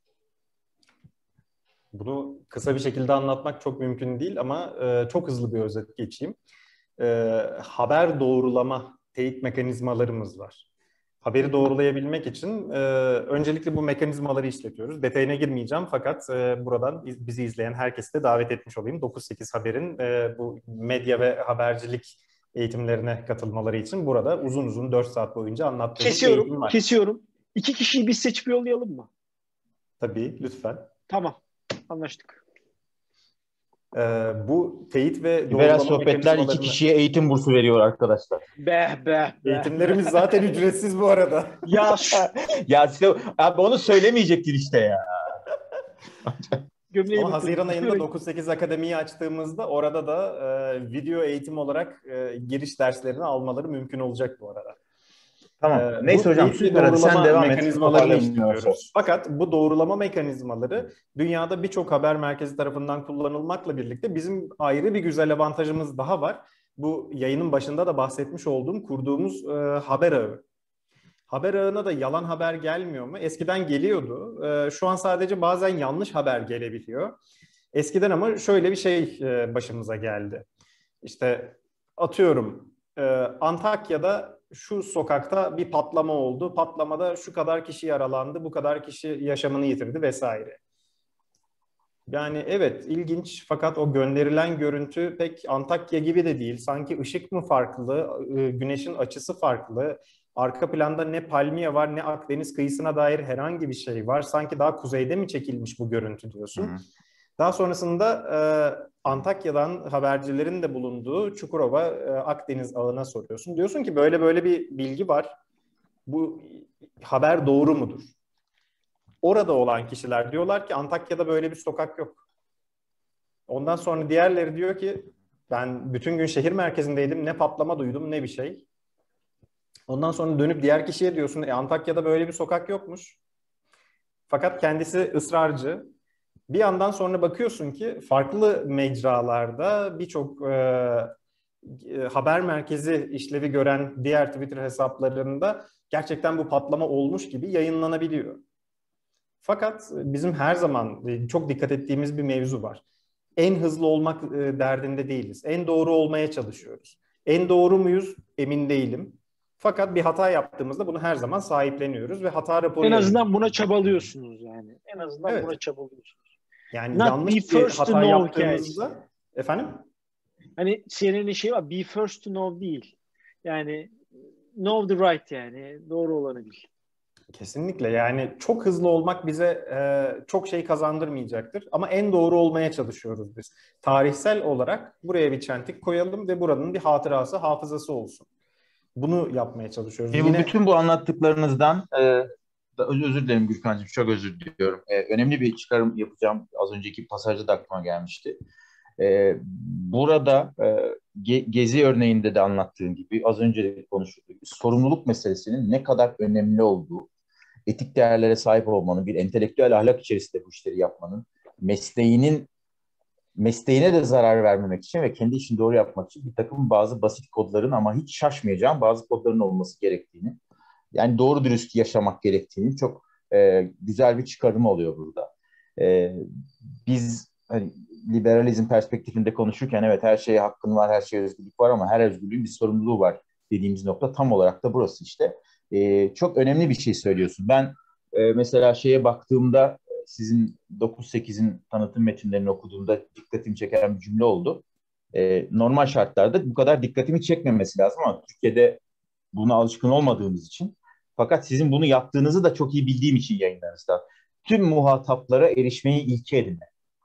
Bunu kısa bir şekilde anlatmak çok mümkün değil ama e, çok hızlı bir özet geçeyim. E, haber doğrulama teyit mekanizmalarımız var. Haberi doğrulayabilmek için e, öncelikle bu mekanizmaları işletiyoruz. Detayına girmeyeceğim fakat e, buradan bizi izleyen herkesi de davet etmiş olayım. dokuz sekiz Haber'in e, bu medya ve habercilik eğitimlerine katılmaları için burada uzun uzun dört saat boyunca anlattığımız kesiyorum, eğitim var. Kesiyorum. İki kişiyi biz seçip yollayalım mı? Tabii, lütfen. Tamam, anlaştık. Ee, bu teyit ve Liberal doğrulama Sohbetler mekanizmalarını... iki kişiye eğitim bursu veriyor arkadaşlar. Be be be. Eğitimlerimiz zaten ücretsiz bu arada. Ya şu... ya işte, abi onu söylemeyecektin işte ya. Ama Haziran ayında dokuz sekiz Akademi'yi açtığımızda orada da e, video eğitim olarak e, giriş derslerini almaları mümkün olacak bu arada. Tamam. Ee, Neyse bu hocam belki süper, hadi sen doğrulama devam et. mekanizmalarını Toparlayalım yavaş yavaş. işliyoruz. Fakat bu doğrulama mekanizmaları dünyada birçok haber merkezi tarafından kullanılmakla birlikte bizim ayrı bir güzel avantajımız daha var. Bu yayının başında da bahsetmiş olduğum kurduğumuz e, haber ağı. Haber ağına da yalan haber gelmiyor mu? Eskiden geliyordu. E, şu an sadece bazen yanlış haber gelebiliyor. Eskiden ama şöyle bir şey e, başımıza geldi. İşte atıyorum e, Antakya'da şu sokakta bir patlama oldu. Patlamada şu kadar kişi yaralandı, bu kadar kişi yaşamını yitirdi vesaire. Yani evet ilginç fakat o gönderilen görüntü pek Antakya gibi de değil. Sanki ışık mı farklı, e, güneşin açısı farklı. Arka planda ne palmiye var ne Akdeniz kıyısına dair herhangi bir şey var. Sanki daha kuzeyde mi çekilmiş bu görüntü diyorsun. Hı hı. Daha sonrasında e, Antakya'dan habercilerin de bulunduğu Çukurova e, Akdeniz ağına soruyorsun. Diyorsun ki böyle böyle bir bilgi var. Bu haber doğru mudur? Orada olan kişiler diyorlar ki Antakya'da böyle bir sokak yok. Ondan sonra diğerleri diyor ki ben bütün gün şehir merkezindeydim. Ne patlama duydum ne bir şey. Ondan sonra dönüp diğer kişiye diyorsun e, Antakya'da böyle bir sokak yokmuş. Fakat kendisi ısrarcı. Bir yandan sonra bakıyorsun ki farklı mecralarda birçok e, e, haber merkezi işlevi gören diğer Twitter hesaplarında gerçekten bu patlama olmuş gibi yayınlanabiliyor. Fakat bizim her zaman çok dikkat ettiğimiz bir mevzu var. En hızlı olmak e, derdinde değiliz. En doğru olmaya çalışıyoruz. En doğru muyuz? Emin değilim. Fakat bir hata yaptığımızda bunu her zaman sahipleniyoruz ve hata raporu En azından yayınlıyoruz. buna çabalıyorsunuz yani. En azından Evet. buna çabalıyorsunuz. Yani Not yanlış be bir first to hata know yaptığımızda hikayesi. efendim? Hani C N N'in şeyi var. Be first to know değil. Yani know the right yani. Doğru olanı bil. Kesinlikle yani çok hızlı olmak bize e, çok şey kazandırmayacaktır. Ama en doğru olmaya çalışıyoruz biz. Tarihsel olarak buraya bir çentik koyalım ve buranın bir hatırası, hafızası olsun. Bunu yapmaya çalışıyoruz. Şimdi Yine... bütün bu anlattıklarınızdan e, öz- özür dilerim Gürkan'cığım, çok özür diliyorum. E, önemli bir çıkarım yapacağım. Az önceki pasajda da aklıma gelmişti. E, burada e, ge- Gezi örneğinde de anlattığım gibi az önce de konuştuk. Sorumluluk meselesinin ne kadar önemli olduğu, etik değerlere sahip olmanın, bir entelektüel ahlak içerisinde bu işleri yapmanın, mesleğinin mesleğine de zarar vermemek için ve kendi işini doğru yapmak için bir takım bazı basit kodların ama hiç şaşmayacağım bazı kodların olması gerektiğini, yani doğru dürüst yaşamak gerektiğini çok e, güzel bir çıkarım oluyor burada. E, biz hani liberalizm perspektifinde konuşurken evet her şeye hakkın var, her şeye özgürlük var ama her özgürlüğün bir sorumluluğu var dediğimiz nokta tam olarak da burası işte. E, çok önemli bir şey söylüyorsun. Ben e, mesela şeye baktığımda sizin dokuz sekizin tanıtım metinlerini okuduğumda dikkatimi çeken bir cümle oldu. E, normal şartlarda bu kadar dikkatimi çekmemesi lazım ama Türkiye'de buna alışkın olmadığımız için, fakat sizin bunu yaptığınızı da çok iyi bildiğim için yayınlarınızda tüm muhataplara erişmeyi ilke edinme.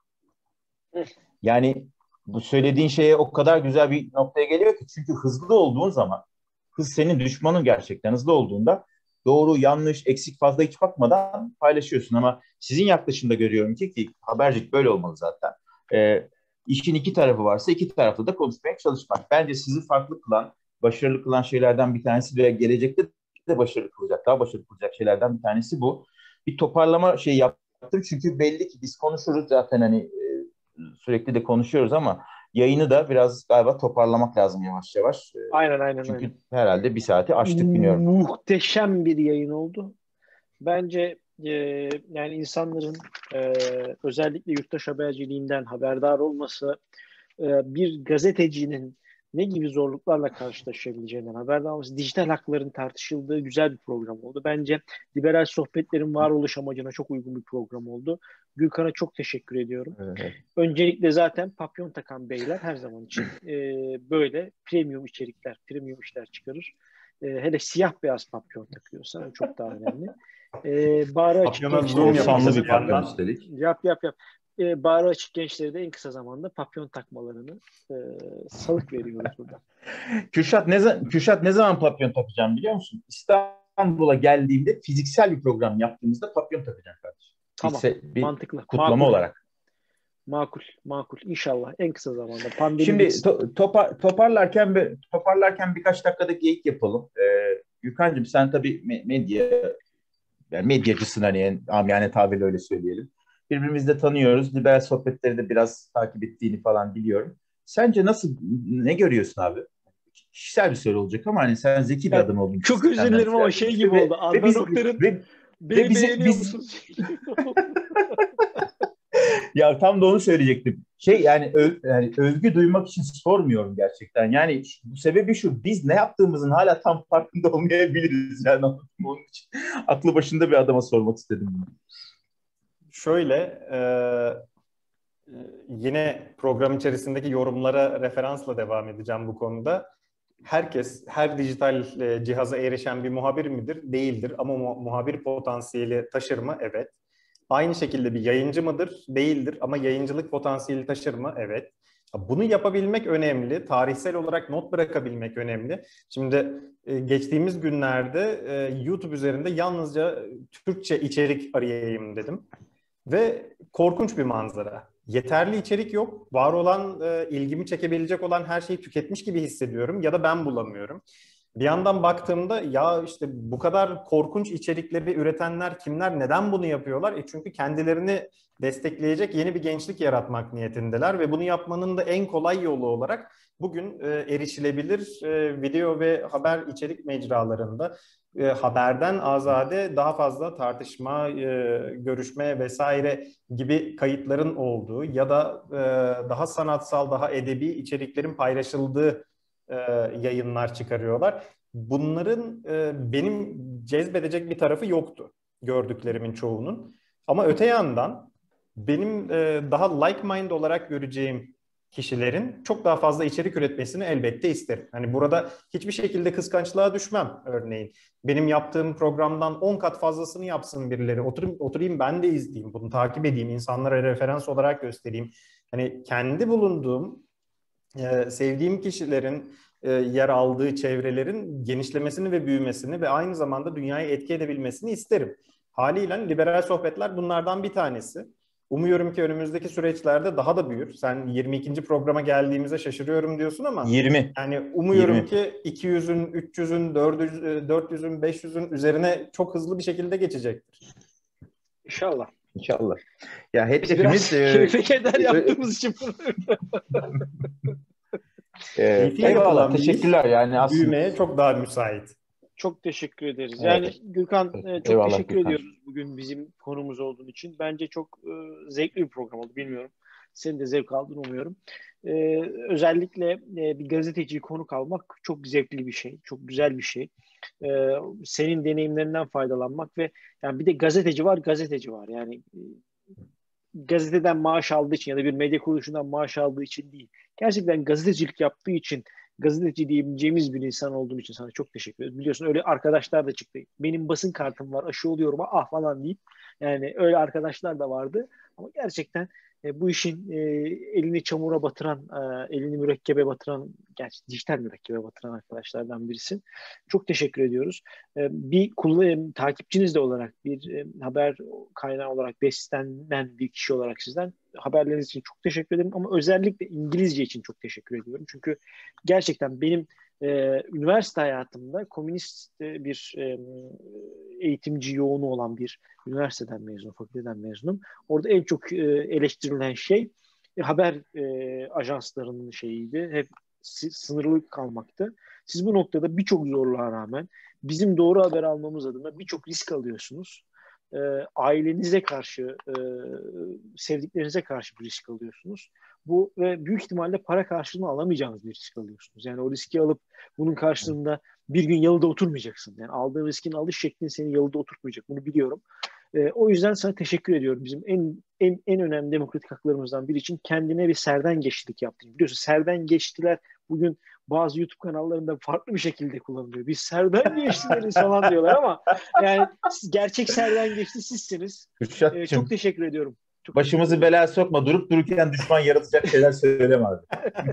Yani bu söylediğin şeye o kadar güzel bir noktaya geliyor ki, çünkü hızlı olduğun zaman, hız senin düşmanın, gerçekten hızlı olduğunda doğru, yanlış, eksik, fazla hiç bakmadan paylaşıyorsun. Ama sizin yaklaşımda görüyorum ki, ki habercilik böyle olmalı zaten. Ee, işin iki tarafı varsa iki taraflı da konuşmaya çalışmak. Bence sizi farklı kılan, başarılı kılan şeylerden bir tanesi ve gelecekte de başarılı kılacak, daha başarılı kılacak şeylerden bir tanesi bu. Bir toparlama şeyi yaptım çünkü belli ki biz konuşuruz zaten, hani e, sürekli de konuşuyoruz ama yayını da biraz galiba toparlamak lazım yavaş yavaş. Aynen aynen. Çünkü aynen. herhalde bir saati aştık, biliyorum. Muhteşem bir yayın oldu. Bence e, yani insanların e, özellikle yurttaş haberciliğinden haberdar olması, e, bir gazetecinin ne gibi zorluklarla karşılaşabileceğinden haberdar olması, dijital hakların tartışıldığı güzel bir program oldu. Bence liberal sohbetlerin varoluş amacına çok uygun bir program oldu. Gülkan'a çok teşekkür ediyorum. Evet. Öncelikle zaten papyon takan beyler her zaman için e, böyle premium içerikler, premium işler çıkarır. E, hele siyah beyaz papyon takıyorsa o çok daha önemli. E, Bağrı Açık Papyona zoom Gençleri de en kısa Fanlı bir papyon zamanda üstelik. yap yap yap. E, Bağrı Açık Gençleri de en kısa zamanda papyon takmalarını e, salık veriyoruz burada. Kürşat ne, za- Kürşat ne zaman papyon takacağım biliyor musun? İstanbul'a geldiğimde fiziksel bir program yaptığımızda papyon takacağım kardeşim. Tamam, Bir, bir mantıklı. kutlama Makul. olarak. Makul, makul. İnşallah en kısa zamanda. Pandemi Şimdi bitsin. to- topar, toparlarken bir, toparlarken birkaç dakikada geyik yapalım. Ee, Gürkan'cığım sen tabii medya, yani medyacısın hani en amiyane tabirle öyle söyleyelim. Birbirimizi de tanıyoruz. Liberal sohbetleri de biraz takip ettiğini falan biliyorum. Sence nasıl, ne görüyorsun abi? Kişisel bir soru olacak ama hani sen zeki bir Yani adam olduğun için çok özür dilerim ama şey gibi ve, oldu. ve Adnan biz Oktar'ın ve, ve beni bizi, beğeniyor biz, musunuz? ya tam da onu söyleyecektim. Şey yani, öv, yani övgü duymak için sormuyorum gerçekten. Yani bu sebebi şu: biz ne yaptığımızın hala tam farkında olmayabiliriz. Yani onun için aklı başında bir adama sormak istedim bunu. Şöyle, e, yine program içerisindeki yorumlara referansla devam edeceğim bu konuda. Herkes, her dijital e, cihaza erişen bir muhabir midir? Değildir. Ama mu- muhabir potansiyeli taşır mı? Evet. Aynı şekilde bir yayıncı mıdır? Değildir. Ama yayıncılık potansiyeli taşır mı? Evet. Bunu yapabilmek önemli. Tarihsel olarak not bırakabilmek önemli. Şimdi e, geçtiğimiz günlerde e, YouTube üzerinde yalnızca Türkçe içerik arayayım dedim. Ve korkunç bir manzara. Yeterli içerik yok. Var olan, e, ilgimi çekebilecek olan her şeyi tüketmiş gibi hissediyorum ya da ben bulamıyorum. Bir yandan baktığımda ya işte bu kadar korkunç içerikleri üretenler kimler, neden bunu yapıyorlar? E çünkü kendilerini destekleyecek yeni bir gençlik yaratmak niyetindeler ve bunu yapmanın da en kolay yolu olarak bugün e, erişilebilir e, video ve haber içerik mecralarında e, haberden azade daha fazla tartışma, e, görüşme vesaire gibi kayıtların olduğu ya da e, daha sanatsal, daha edebi içeriklerin paylaşıldığı e, yayınlar çıkarıyorlar. Bunların e, benim cezbedecek bir tarafı yoktu gördüklerimin çoğunun. Ama öte yandan benim e, daha like mind olarak göreceğim kişilerin çok daha fazla içerik üretmesini elbette isterim. Hani burada hiçbir şekilde kıskançlığa düşmem örneğin. Benim yaptığım programdan on kat fazlasını yapsın birileri. Oturayım, oturayım ben de izleyeyim, bunu takip edeyim, insanlara referans olarak göstereyim. Hani kendi bulunduğum, e, sevdiğim kişilerin e, yer aldığı çevrelerin genişlemesini ve büyümesini ve aynı zamanda dünyayı etki edebilmesini isterim. Haliyle liberal sohbetler bunlardan bir tanesi. Umuyorum ki önümüzdeki süreçlerde daha da büyür. Sen yirmi ikinci programa geldiğimize şaşırıyorum diyorsun ama yirmi yani umuyorum yirmi ki iki yüzün, üç yüzün, dört yüzün, beş yüzün üzerine çok hızlı bir şekilde geçecektir. İnşallah. İnşallah. Ya hep Biz hepimiz biraz e, keyfe keder e, yaptığımız için. e, Keyfi eyvallah, yapılan bir iş teşekkürler yani aslında. büyümeye çok daha müsait. Çok teşekkür ederiz. Evet. Yani Gürkan e, çok Eyvallah teşekkür Gürkan. ediyoruz bugün bizim konumuz olduğun için. Bence çok e, zevkli bir program oldu, bilmiyorum. Senin de zevk aldığını umuyorum. E, özellikle e, bir gazeteciyi konuk almak çok zevkli bir şey. Çok güzel bir şey. E, senin deneyimlerinden faydalanmak ve yani bir de gazeteci var, gazeteci var. Yani e, gazeteden maaş aldığı için ya da bir medya kuruluşundan maaş aldığı için değil. Gerçekten gazetecilik yaptığı için gazeteci diyebileceğimiz bir insan olduğum için sana çok teşekkür ederim. Biliyorsun öyle arkadaşlar da çıktı. Benim basın kartım var, aşı oluyorum ah falan deyip. Yani öyle arkadaşlar da vardı. Ama gerçekten e, bu işin e, elini çamura batıran, e, elini mürekkebe batıran, gerçi dijital mürekkebe batıran arkadaşlardan birisin. Çok teşekkür ediyoruz. E, bir kullan, takipçiniz de olarak, bir e, haber kaynağı olarak beslenen bir kişi olarak sizden haberleriniz için çok teşekkür ederim. Ama özellikle İngilizce için çok teşekkür ediyorum. Çünkü gerçekten benim e, üniversite hayatımda komünist e, bir e, eğitimci yoğunu olan bir üniversiteden mezunum, fakülteden mezunum. Orada en çok e, eleştirilen şey e, haber e, ajanslarının şeyiydi. Hep sınırlı kalmaktı. Siz bu noktada birçok zorluğa rağmen bizim doğru haber almamız adına birçok risk alıyorsunuz. E, ailenize karşı, e, sevdiklerinize karşı bir risk alıyorsunuz. Bu ve büyük ihtimalle para karşılığını alamayacağınız bir risk alıyorsunuz. Yani o riski alıp bunun karşılığında bir gün yalıda oturmayacaksın. Yani aldığın riskin alış şeklin seni yalıda oturtmayacak. Bunu biliyorum. E, o yüzden sana teşekkür ediyorum. Bizim en en en önemli demokratik haklarımızdan biri için kendine bir serden geçtilik yaptın. Biliyorsun serden geçtiler bugün bazı YouTube kanallarında farklı bir şekilde kullanılıyor. Biz serden geçtileriz falan diyorlar ama yani gerçek serden geçti sizsiniz. E, çok teşekkür ediyorum. Çok Başımızı belaya sokma. Durup dururken düşman yaratacak şeyler söyleme abi.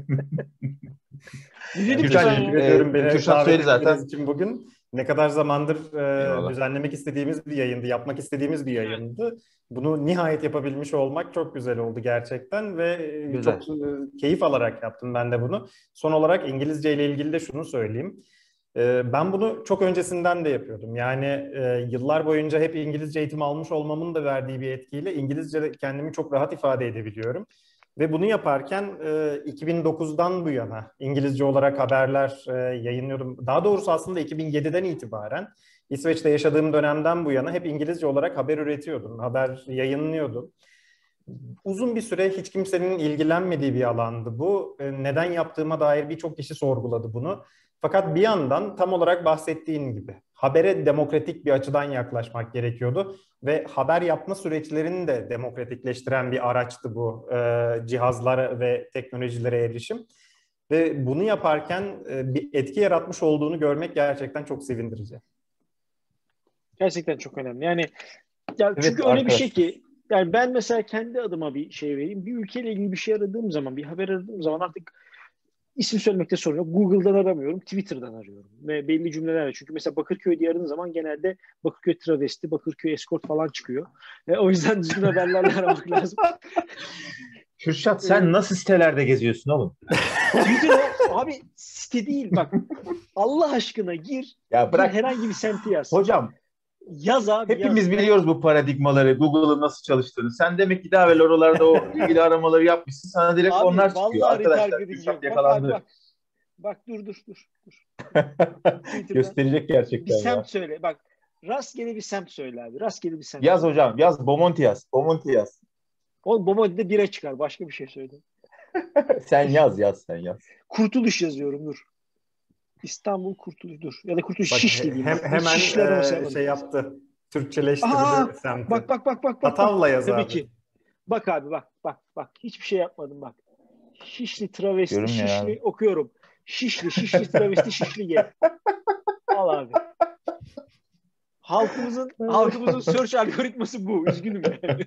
Teşekkür ediyorum beni Kürşat davet zaten ettiğiniz için bugün. Ne kadar zamandır e, düzenlemek istediğimiz bir yayındı, yapmak istediğimiz bir yayındı. Bunu nihayet yapabilmiş olmak çok güzel oldu gerçekten ve güzel. Çok e, keyif alarak yaptım ben de bunu. Son olarak İngilizce ile ilgili de şunu söyleyeyim. Ben bunu çok öncesinden de yapıyordum. Yani e, yıllar boyunca hep İngilizce eğitim almış olmamın da verdiği bir etkiyle İngilizce'de kendimi çok rahat ifade edebiliyorum. Ve bunu yaparken e, iki bin dokuzdan bu yana İngilizce olarak haberler e, yayınlıyordum. Daha doğrusu aslında iki bin yediden itibaren İsveç'te yaşadığım dönemden bu yana hep İngilizce olarak haber üretiyordum, haber yayınlıyordum. Uzun bir süre hiç kimsenin ilgilenmediği bir alandı bu. E, neden yaptığıma dair birçok kişi sorguladı bunu. Fakat bir yandan tam olarak bahsettiğin gibi habere demokratik bir açıdan yaklaşmak gerekiyordu ve haber yapma süreçlerini de demokratikleştiren bir araçtı bu e, cihazlara ve teknolojilere erişim. Ve bunu yaparken e, bir etki yaratmış olduğunu görmek gerçekten çok sevindirici. Gerçekten çok önemli. Yani ya Evet, çünkü öyle bir şey arkadaşlar. ki yani ben mesela kendi adıma bir şey vereyim. Bir ülkeyle ilgili bir şey aradığım zaman, bir haber aradığım zaman artık İsim söylemekte sorun yok. Google'dan aramıyorum, Twitter'dan arıyorum. Ve belli cümlelerle. Çünkü mesela Bakırköy diye aradığın zaman genelde Bakırköy travesti, Bakırköy eskort falan çıkıyor. E, o yüzden düzgün haberlerle aramak lazım. Kürşat sen Ee, nasıl sitelerde geziyorsun oğlum? Twitter o, abi site değil bak. Allah aşkına gir. Ya bırak. Gir herhangi bir semti yaz. Hocam Yaz abi hepimiz yaz. biliyoruz bu paradigmaları, Google'ın nasıl çalıştığını. Sen demek ki daha evvel oralarda o ilgili aramaları yapmışsın. Sana direkt Abi onlar çıkıyor. vallahi Arkadaşlar retargeting Kürşat yok. Bak abi yakalandı. bak. Bak dur dur dur. dur. Twitter'dan Gösterecek bir gerçekten ya. semt söyle. Bak rastgele bir semt söyle abi. Rastgele bir semt Yaz söyle. hocam, yaz. Bomonti yaz. Bomonti yaz. O Bomonti'de bire çıkar. Başka bir şey söyle. Sen yaz, yaz, sen yaz. Kurtuluş yazıyorum dur. İstanbul Kurtuluş dur. Ya da Kurtuluş Bak Şişli diyeyim. hem, Bak, hemen Şişli araması e, yapalım. şey yaptı, Aa, Türkçeleştirdi semti. bak bak bak bak bak. Hatavla bak. yaz Tabii abi. ki. Bak abi bak bak bak. Hiçbir şey yapmadım bak. Şişli travesti Görünmüyor Şişli abi. okuyorum. Şişli Şişli travesti Şişli gel. Al abi. Halkımızın halkımızın search algoritması bu. Üzgünüm yani.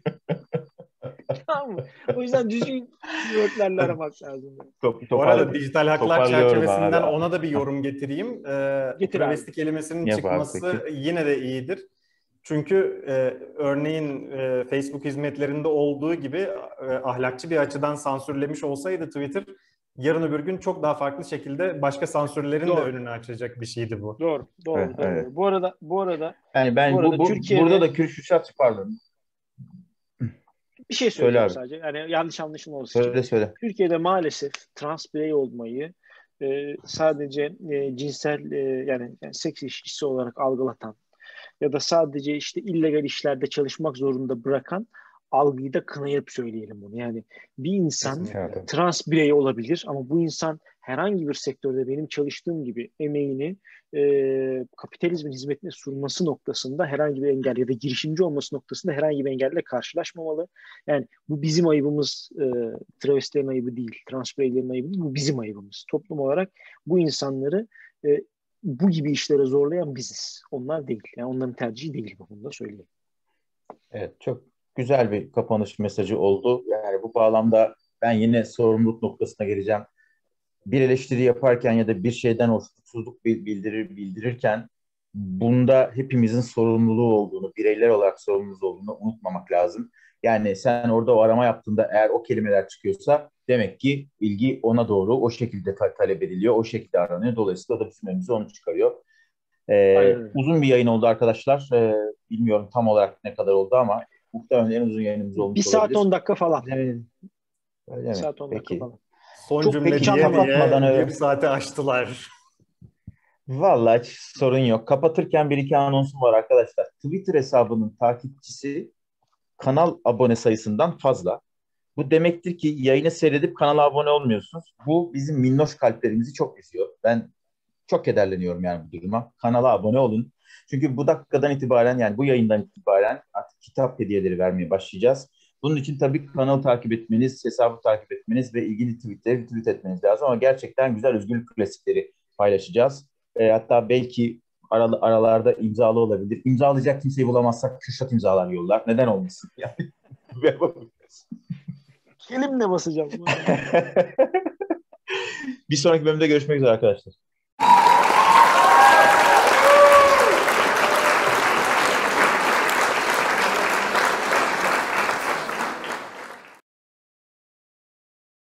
Tamam mı? O yüzden düzgün keywordlerle aramak lazım. Top, Bu arada topar, dijital haklar toparlıyorum çerçevesinden abi. ona da bir yorum getireyim. Ee, Getir travesti abi. kelimesinin Yap abi çıkması peki. yine de iyidir. Çünkü e, örneğin e, Facebook hizmetlerinde olduğu gibi e, ahlakçı bir açıdan sansürlemiş olsaydı Twitter, yarın öbür gün çok daha farklı şekilde başka sansürlerin de Doğru. önünü açacak bir şeydi bu. Doğru. Doğru. Evet, doğru. evet. Bu arada bu arada Yani ben bu bu, arada bu Türkiye'de burada da Kürşat toparladım. bir şey Söyle söyleyeceğim abi. sadece. Yani yanlış anlaşılmaması için. Söyle söyle. Türkiye'de maalesef trans birey olmayı e, sadece e, cinsel e, yani, yani seks işçisi olarak algılatan ya da sadece işte illegal işlerde çalışmak zorunda bırakan algıyı da kınayıp söyleyelim bunu. Yani bir insan Kesinlikle. trans birey olabilir ama bu insan herhangi bir sektörde benim çalıştığım gibi emeğini e, kapitalizmin hizmetine sunması noktasında herhangi bir engel ya da girişimci olması noktasında herhangi bir engelle karşılaşmamalı. Yani bu bizim ayıbımız, e, travestilerin ayıbı değil, trans bireylerin ayıbı değil, bu bizim ayıbımız. Toplum olarak bu insanları e, bu gibi işlere zorlayan biziz. Onlar değil. Yani onların tercihi değil bu. Bunu da söyleyeyim. Evet, çok güzel bir kapanış mesajı oldu. Yani bu bağlamda ben yine sorumluluk noktasına geleceğim. Bir eleştiri yaparken ya da bir şeyden hoşnutsuzluk bildirir bildirirken bunda hepimizin sorumluluğu olduğunu, bireyler olarak sorumluluğumuz olduğunu unutmamak lazım. Yani sen orada o arama yaptığında eğer o kelimeler çıkıyorsa demek ki bilgi ona doğru o şekilde ta- talep ediliyor, o şekilde aranıyor. Dolayısıyla o da bizim önümüze onu çıkarıyor. Ee, Aynen. uzun bir yayın oldu arkadaşlar. Ee, bilmiyorum tam olarak ne kadar oldu ama muhtemelen en uzun yayınımız Bir olmuş saat olabilir. on dakika falan. Evet, öyle Bir mi? saat on dakika Peki. falan. Son Çok cümle peki diye kapatmadan diye öyle. bir saate aştılar. Vallahi hiç sorun yok. Kapatırken bir iki anonsum var arkadaşlar. Twitter hesabının takipçisi kanal abone sayısından fazla. Bu demektir ki yayını seyredip kanala abone olmuyorsunuz. Bu bizim minnoş kalplerimizi çok üzüyor. Ben çok kederleniyorum yani bu duruma. Kanala abone olun. Çünkü bu dakikadan itibaren yani bu yayından itibaren artık kitap hediyeleri vermeye başlayacağız. Bunun için tabii kanalı takip etmeniz, hesabı takip etmeniz ve ilgili tweetleri tweet etmeniz lazım. Ama gerçekten güzel özgürlük klasikleri paylaşacağız. E, hatta belki aralı, aralarda imzalı olabilir. İmzalayacak kimseyi bulamazsak Kürşat imzalar yollar. Neden olmasın? Yani. Elimle basacağım. Bir sonraki bölümde görüşmek üzere arkadaşlar.